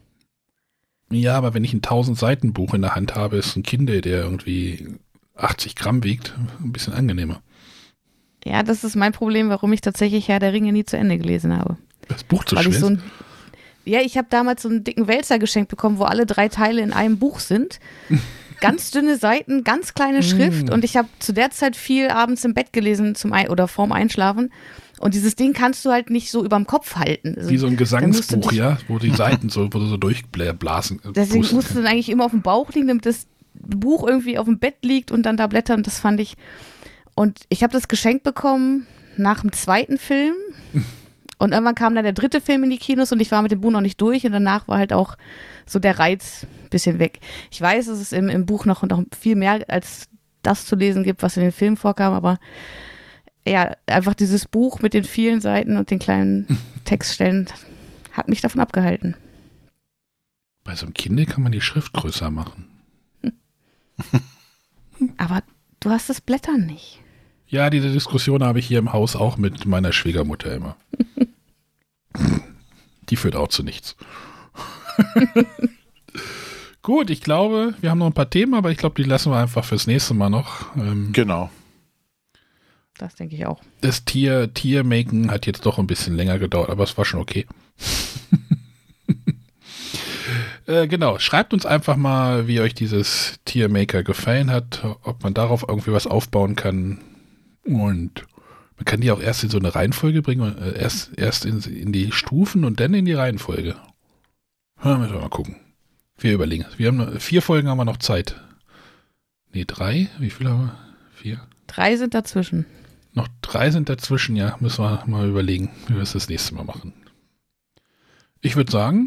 Ja, aber wenn ich ein tausend Seiten Buch in der Hand habe, ist ein Kinde, der irgendwie achtzig Gramm wiegt, ein bisschen angenehmer. Ja, das ist mein Problem, warum ich tatsächlich Herr der Ringe nie zu Ende gelesen habe. Das Buch zu Weil schwer ich so ein, Ja, ich habe damals so einen dicken Wälzer geschenkt bekommen, wo alle drei Teile in einem Buch sind. Ganz dünne Seiten, ganz kleine Schrift. Und ich habe zu der Zeit viel abends im Bett gelesen zum Ein- oder vorm Einschlafen. Und dieses Ding kannst du halt nicht so überm Kopf halten. Also, wie so ein Gesangsbuch, dich, ja, wo die Seiten so, wo du so durchblasen. Deswegen musst du dann eigentlich immer auf dem Bauch liegen, damit das Buch irgendwie auf dem Bett liegt und dann da blättern. Das fand ich. Und ich habe das geschenkt bekommen nach dem zweiten Film. Und irgendwann kam dann der dritte Film in die Kinos und ich war mit dem Buch noch nicht durch und danach war halt auch so der Reiz ein bisschen weg. Ich weiß, dass es im, im Buch noch, noch viel mehr als das zu lesen gibt, was in den Filmen vorkam, aber ja, einfach dieses Buch mit den vielen Seiten und den kleinen Textstellen hat mich davon abgehalten. Bei so einem Kind kann man die Schrift größer machen. Aber du hast das Blättern nicht. Ja, diese Diskussion habe ich hier im Haus auch mit meiner Schwiegermutter immer. Die führt auch zu nichts. Gut, ich glaube, wir haben noch ein paar Themen, aber ich glaube, die lassen wir einfach fürs nächste Mal noch. Ähm, genau. Das denke ich auch. Das Tier, Tiermaken hat jetzt doch ein bisschen länger gedauert, aber es war schon okay. äh, genau, schreibt uns einfach mal, wie euch dieses Tiermaker gefallen hat, ob man darauf irgendwie was aufbauen kann. Und man kann die auch erst in so eine Reihenfolge bringen, äh, erst, erst in, in die Stufen und dann in die Reihenfolge. Ja, müssen wir mal gucken. Wir überlegen. Wir haben vier Folgen, haben wir noch Zeit. Nee, drei? Wie viele haben wir? Vier? Drei sind dazwischen. Noch drei sind dazwischen, ja. Müssen wir mal überlegen, wie wir es das nächste Mal machen. Ich würde sagen,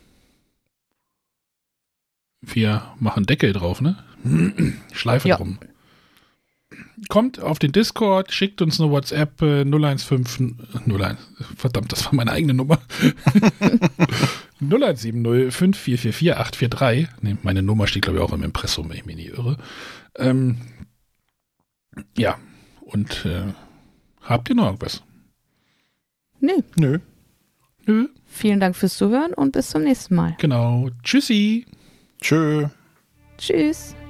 wir machen Deckel drauf, ne? Schleife ja. drum. Kommt auf den Discord, schickt uns eine WhatsApp äh, null eins fünf null eins, verdammt, das war meine eigene Nummer. null eins sieben null fünf vier vier vier acht vier drei. Nee, meine Nummer steht, glaube ich, auch im Impressum, wenn ich mich nicht irre. Ähm, ja, und äh, habt ihr noch irgendwas? Nö. Nö. Nö. Vielen Dank fürs Zuhören und bis zum nächsten Mal. Genau. Tschüssi. Tschö. Tschüss.